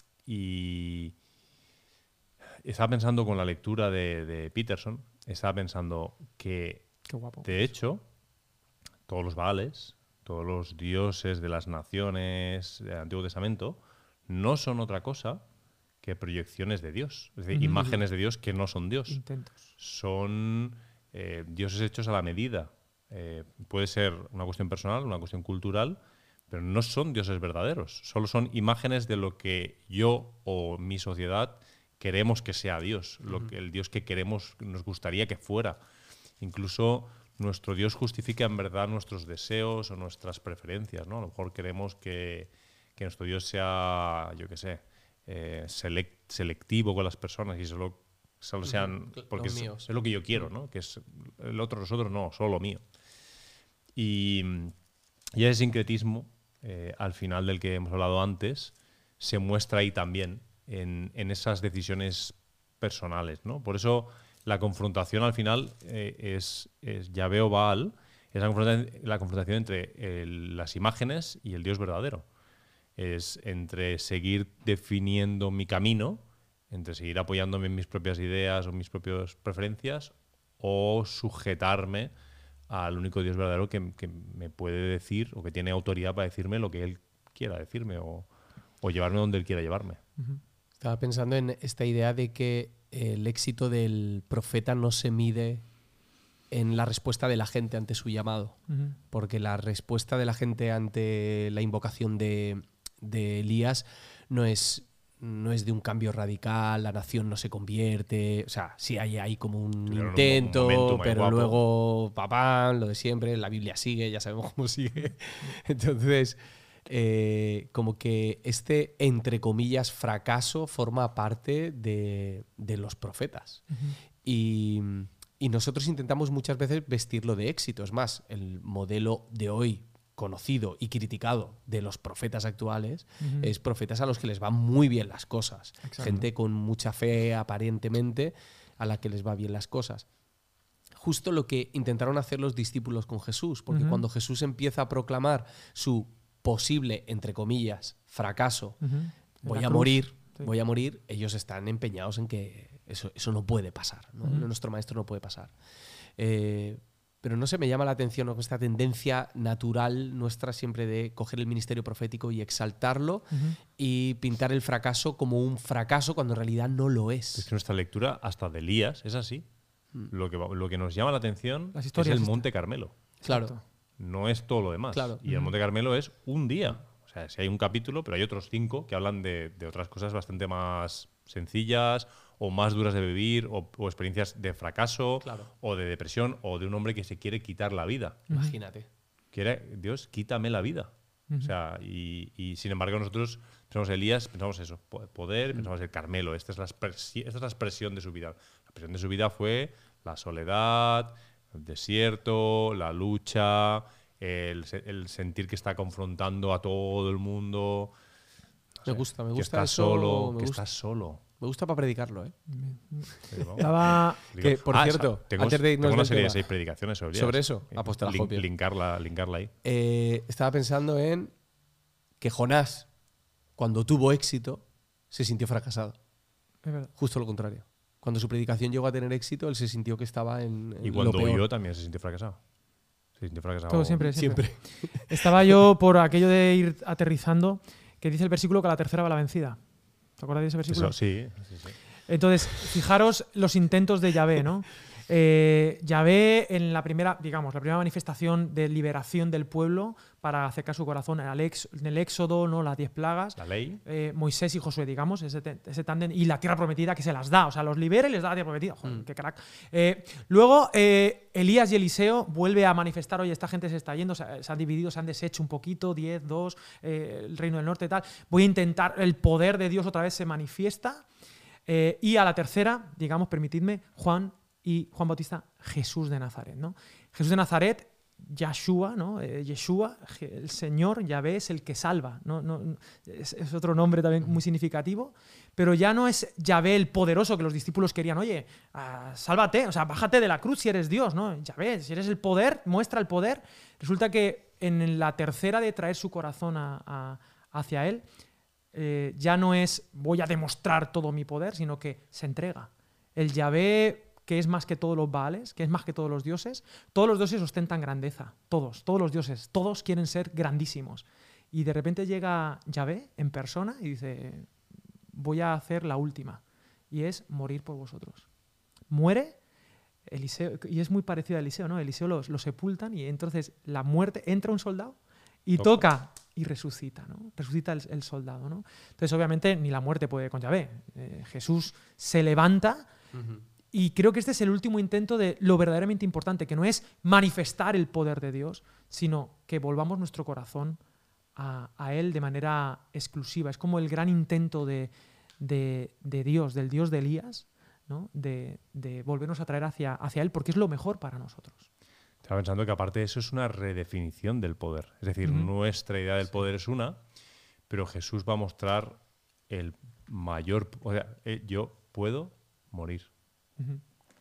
y estaba pensando con la lectura de, de Peterson, estaba pensando que, Qué guapo. de hecho, todos los Baales, todos los dioses de las naciones del Antiguo Testamento, no son otra cosa que proyecciones de Dios, es decir, Ujú. imágenes de Dios que no son Dios. Intentos. Son eh, dioses hechos a la medida. Eh, puede ser una cuestión personal, una cuestión cultural, pero no son dioses verdaderos. Solo son imágenes de lo que yo o mi sociedad queremos que sea Dios, lo que, el Dios que queremos, nos gustaría que fuera. Incluso nuestro Dios justifica en verdad nuestros deseos o nuestras preferencias, ¿no? A lo mejor queremos que, que nuestro Dios sea, yo qué sé, eh, select- selectivo con las personas y solo, solo sean... Los Porque es, míos. es lo que yo quiero, ¿no? Que es el otro, nosotros no, solo lo mío. Y, y ese sincretismo, eh, al final del que hemos hablado antes, se muestra ahí también, en, en esas decisiones personales, ¿no? Por eso la confrontación al final eh, es, es Yahvé o Baal, es la confrontación, la confrontación entre el- las imágenes y el Dios verdadero. Es entre seguir definiendo mi camino, entre seguir apoyándome en mis propias ideas o mis propias preferencias, o sujetarme al único Dios verdadero que, que me puede decir o que tiene autoridad para decirme lo que Él quiera decirme o, o llevarme donde Él quiera llevarme. Estaba pensando en esta idea de que el éxito del profeta no se mide en la respuesta de la gente ante su llamado, Ujú. porque la respuesta de la gente ante la invocación de, de Elías no es, no es de un cambio radical, la nación no se convierte, o sea, sí hay ahí como un Tuvieron un intento, momentum ahí pero guapo. luego, papá, lo de siempre, la Biblia sigue, ya sabemos cómo sigue. Entonces, eh, como que este, entre comillas, fracaso forma parte de, de los profetas. Y, y nosotros intentamos muchas veces vestirlo de éxito. Es más, el modelo de hoy conocido y criticado de los profetas actuales Ujú. es profetas a los que les van muy bien las cosas. Exacto. Gente con mucha fe, aparentemente, a la que les va bien las cosas. Justo lo que intentaron hacer los discípulos con Jesús, porque Ujú. cuando Jesús empieza a proclamar su posible, entre comillas, fracaso, Ujú. En voy la a cruz. morir, Sí. voy a morir, ellos están empeñados en que eso, eso no puede pasar, ¿no? Ujú. Nuestro maestro no puede pasar. Eh, pero no sé, me llama la atención, ¿no?, esta tendencia natural nuestra siempre de coger el ministerio profético y exaltarlo Ujú. y pintar el fracaso como un fracaso cuando en realidad no lo Es es. que nuestra lectura, hasta de Elías, es así. Lo que, va- lo que nos llama la atención Las es historias el estas. Monte Carmelo. Claro. Exacto. No es todo lo demás. Claro. Y el Monte Carmelo es un día. O sea, si hay un capítulo, pero hay otros cinco que hablan de, de otras cosas bastante más sencillas o más duras de vivir o, o experiencias de fracaso Claro. o de depresión o de un hombre que se quiere quitar la vida. Imagínate. Quiere, Dios, quítame la vida. O sea, y, y sin embargo nosotros pensamos en Elías, pensamos eso, po- poder, pensamos en el Carmelo. Esta es, la expresi- esta es la expresión de su vida. La expresión de su vida fue la soledad, el desierto, la lucha, el, se- el sentir que está confrontando a todo el mundo. Me gusta, me que gusta está eso, solo, me que gusta. está solo. Me gusta para predicarlo, ¿eh? Sí, vamos. Estaba. Que, por Ah, cierto, esa- tengo, antes de irnos tengo una del serie de tema. seis predicaciones sobre Elías. ¿Sobre eso? Ah, pues te la Lin- copio. linkarla, linkarla ahí. Eh, estaba pensando en que Jonás, cuando tuvo éxito, se sintió fracasado. Es verdad. Justo lo contrario. Cuando su predicación llegó a tener éxito, él se sintió que estaba en, en Y lo cuando peor. huyó también se sintió fracasado. Se sintió fracasado. Todo siempre, siempre. Siempre. Estaba yo por aquello de ir aterrizando, que dice el versículo que a la tercera va la vencida. ¿Te acuerdas de ese versículo? Eso, sí, sí, sí. Entonces, fijaros los intentos de Yahvé, ¿no? Eh, Yahvé en la primera, digamos, la primera manifestación de liberación del pueblo para acercar su corazón en el, ex- en el Éxodo, ¿no? Las diez plagas. La ley. eh, Moisés y Josué, digamos, ese, te- ese tándem, y la tierra prometida que se las da, o sea, los libera y les da la tierra prometida. Joder, Mm. qué crack. Eh, luego, eh, Elías y Eliseo vuelve a manifestar, oye, esta gente se está yendo, se, se han dividido, se han deshecho un poquito, diez, dos, eh, el reino del norte y tal. Voy a intentar, el poder de Dios otra vez se manifiesta. Eh, y a la tercera, digamos, permitidme, Juan y Juan Bautista, Jesús de Nazaret, ¿no? Jesús de Nazaret, Yeshua, ¿no? Eh, Yeshua, Je- el Señor, Yahvé, es el que salva, ¿no? No, no- es, es otro nombre también muy significativo, pero ya no es Yahvé el poderoso que los discípulos querían, oye, ah, sálvate, o sea, bájate de la cruz si eres Dios, ¿no? Yahvé, si eres el poder, muestra el poder. Resulta que en la tercera de traer su corazón a, a, hacia él, eh, ya no es voy a demostrar todo mi poder, sino que se entrega. El Yahvé, que es más que todos los Baales, que es más que todos los dioses, todos los dioses ostentan grandeza, todos, todos los dioses, todos quieren ser grandísimos. Y de repente llega Yahvé en persona y dice, voy a hacer la última, y es morir por vosotros. Muere Eliseo, y es muy parecido a Eliseo, ¿no? Eliseo lo, lo sepultan y entonces la muerte, entra un soldado y Ojo. toca y resucita, ¿no? Resucita el, el soldado, ¿no? Entonces obviamente ni la muerte puede con Yahvé. Eh, Jesús se levanta. Ujú. Y creo que este es el último intento de lo verdaderamente importante, que no es manifestar el poder de Dios, sino que volvamos nuestro corazón a, a Él de manera exclusiva. Es como el gran intento de, de, de Dios, del Dios de Elías, ¿no? de, de volvernos a traer hacia, hacia Él, porque es lo mejor para nosotros. Estaba pensando que aparte de eso es una redefinición del poder. Es decir, Ujú. nuestra idea del poder es una, pero Jesús va a mostrar el mayor... O sea, eh, yo puedo morir. Ujú.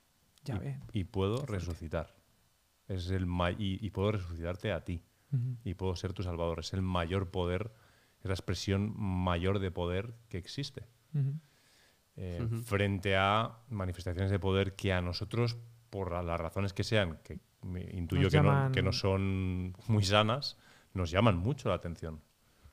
Ya y, ve. y puedo resucitar. Es el ma- y, y puedo resucitarte a ti. Ujú. Y puedo ser tu salvador. Es el mayor poder, es la expresión mayor de poder que existe. Ujú. Eh, Ujú. Frente a manifestaciones de poder que a nosotros, por las razones que sean, que me intuyo Nos que, llaman- no, que no son muy sanas, nos llaman mucho la atención.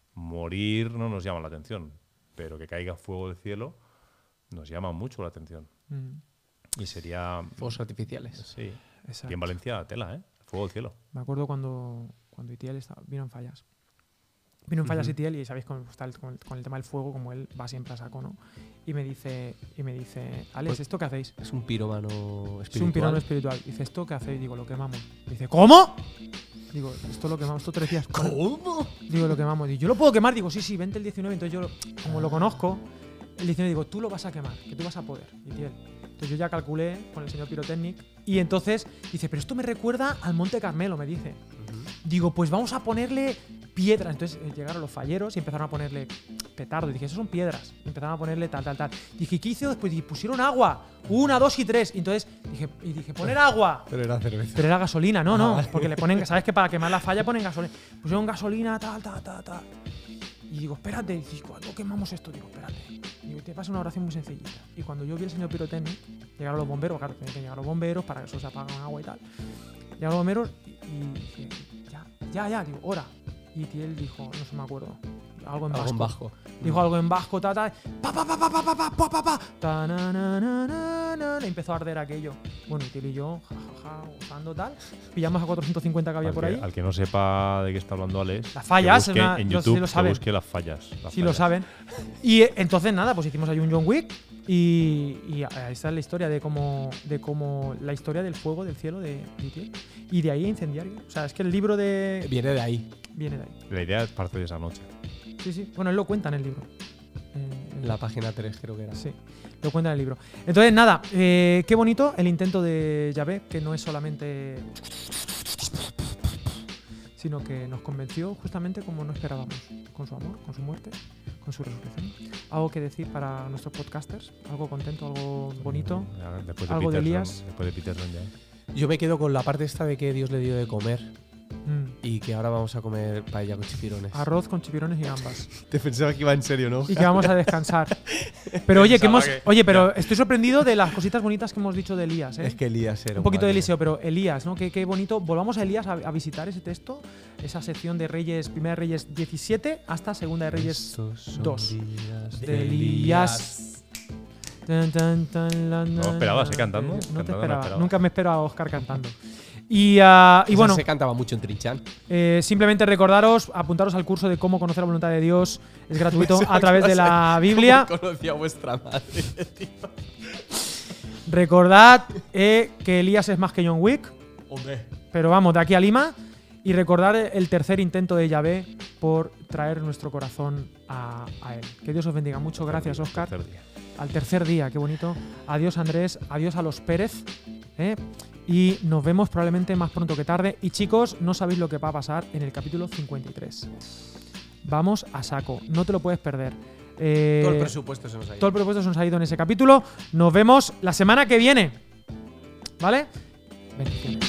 Morir no nos llama la atención, pero que caiga fuego del cielo nos llama mucho la atención. Ujú. Y sería... Fuegos artificiales. Sí. Exacto. Y en Valencia, tela, ¿eh? Fuego del cielo. Me acuerdo cuando, cuando Itiel estaba, vino en fallas. Vino en fallas Ujú. Itiel y sabéis cómo está el- con, el, con el tema del fuego, como él va siempre a saco, ¿no? Y me dice, y me dice, Alex, Pues- ¿esto qué hacéis? Es un pirómano espiritual. Es un pirano espiritual. Dice, ¿esto qué hacéis? Digo, lo quemamos. Dice, ¿cómo? Digo, esto lo quemamos, esto te decías. ¿Cómo? Digo, lo quemamos. Digo, ¿yo lo puedo quemar? Digo, sí, sí, vente el diecinueve. Entonces yo, lo- como lo conozco, el diecinueve digo, tú lo vas a quemar, que tú vas a poder. Itiel. Entonces yo ya calculé con el señor Pyrotechnic y entonces dice, pero esto me recuerda al Monte Carmelo, me dice. Digo, pues vamos a ponerle piedras. Entonces eh, llegaron los falleros y empezaron a ponerle petardo. Y dije, eso son piedras. Y empezaron a ponerle tal, tal, tal. Dije, ¿qué hizo después? Y pusieron agua. Una, dos y tres. Y entonces dije, y dije, poner agua. Pero era cerveza. Pero era gasolina, no, Ah, no. vale. Porque le ponen, ¿sabes que para quemar la falla ponen gasolina? Pusieron gasolina, tal, tal, tal, tal. Y digo, espérate. Y digo, ¿cuándo quemamos esto? Digo, espérate. Digo, te pasa una oración muy sencillita. Y cuando yo vi al señor Pyrotechnic, llegaron los bomberos, claro, tenían que llegar los bomberos para que eso se apague con agua y tal. Llegaron los bomberos y, y dije, ya, ya, ya, digo, hora. Y él dijo, no se me acuerdo, algo en vasco. Algo en bajo. Dijo algo en vasco, ta, ta, pa, pa, pa, pa, pa, pa, pa, pa, pa, pa, ta, na, na, na, na, na, y empezó a arder aquello. Bueno, y Tiel y yo, ja, ja, ja, gozando tal. Pillamos a cuatrocientos cincuenta que había Al por que, ahí. al que no sepa de qué está hablando Alex, Las fallas, que busque una- en no sé si YouTube, lo que saben. busque las fallas. las Sí, lo fallas. saben. Y eh, entonces nada, pues hicimos ahí un John Wick y, y ahí está la historia de cómo, de cómo la historia del fuego del cielo de Itiel. Y de ahí a Incendiario. O sea, es que el libro de Viene de ahí. viene de ahí. La idea es parte de esa noche. Sí, sí. Bueno, él lo cuenta en el libro. En- en- La página tres creo que era. Sí, lo cuenta en el libro. Entonces, nada, eh, qué bonito el intento de Yahvé, que no es solamente. Sino que nos convenció justamente como no esperábamos, con su amor, con su muerte, con su resurrección. ¿Algo que decir para nuestros podcasters? ¿Algo contento, algo bonito? A ver, después de Algo de Peterson, Elías. Después de Peterson ya. Yo me quedo con la parte esta de que Dios le dio de comer Mm. y que ahora vamos a comer paella con chipirones. Arroz con chipirones y gambas. Te pensaba que iba en serio, ¿no? Y que vamos a descansar. Pero oye, que Pensaba hemos, que- oye, pero estoy sorprendido de las cositas bonitas que hemos dicho de Elías. ¿eh? Es que Elías era Un poquito de máquina. Eliseo, pero Elías, ¿no? Qué, qué bonito. Volvamos a Elías a, a visitar ese texto, esa sección de Reyes, Primera de Reyes diecisiete hasta Segunda de Reyes Estos son dos. días de Elías. Tan, tan, tan, la, ¿No esperabas, eh, cantando? No Cantando te no esperaba. esperaba. Nunca me espero a Oscar cantando. Y, ah, y Esa bueno, se cantaba mucho en Trinchan. eh, simplemente recordaros, apuntaros al curso de cómo conocer la voluntad de Dios. Es gratuito a través de la Biblia. ¿Cómo conocía a vuestra madre? Recordad eh, que Elías es más que John Wick. Hombre. Pero vamos, de aquí a Lima. Y recordar el tercer intento de Yahvé por traer nuestro corazón a, a Él. Que Dios os bendiga mucho. Gracias, Oscar. Tercer día. Al tercer día, qué bonito. Adiós, Andrés. Adiós a los Pérez. ¿eh? Y nos vemos probablemente más pronto que tarde. Y chicos, no sabéis lo que va a pasar en el capítulo cincuenta y tres. Vamos a saco. No te lo puedes perder. Eh, Todo el presupuesto se nos ha ido. todo el presupuesto se nos ha ido en ese capítulo. Nos vemos la semana que viene. ¿Vale? Bendiciones.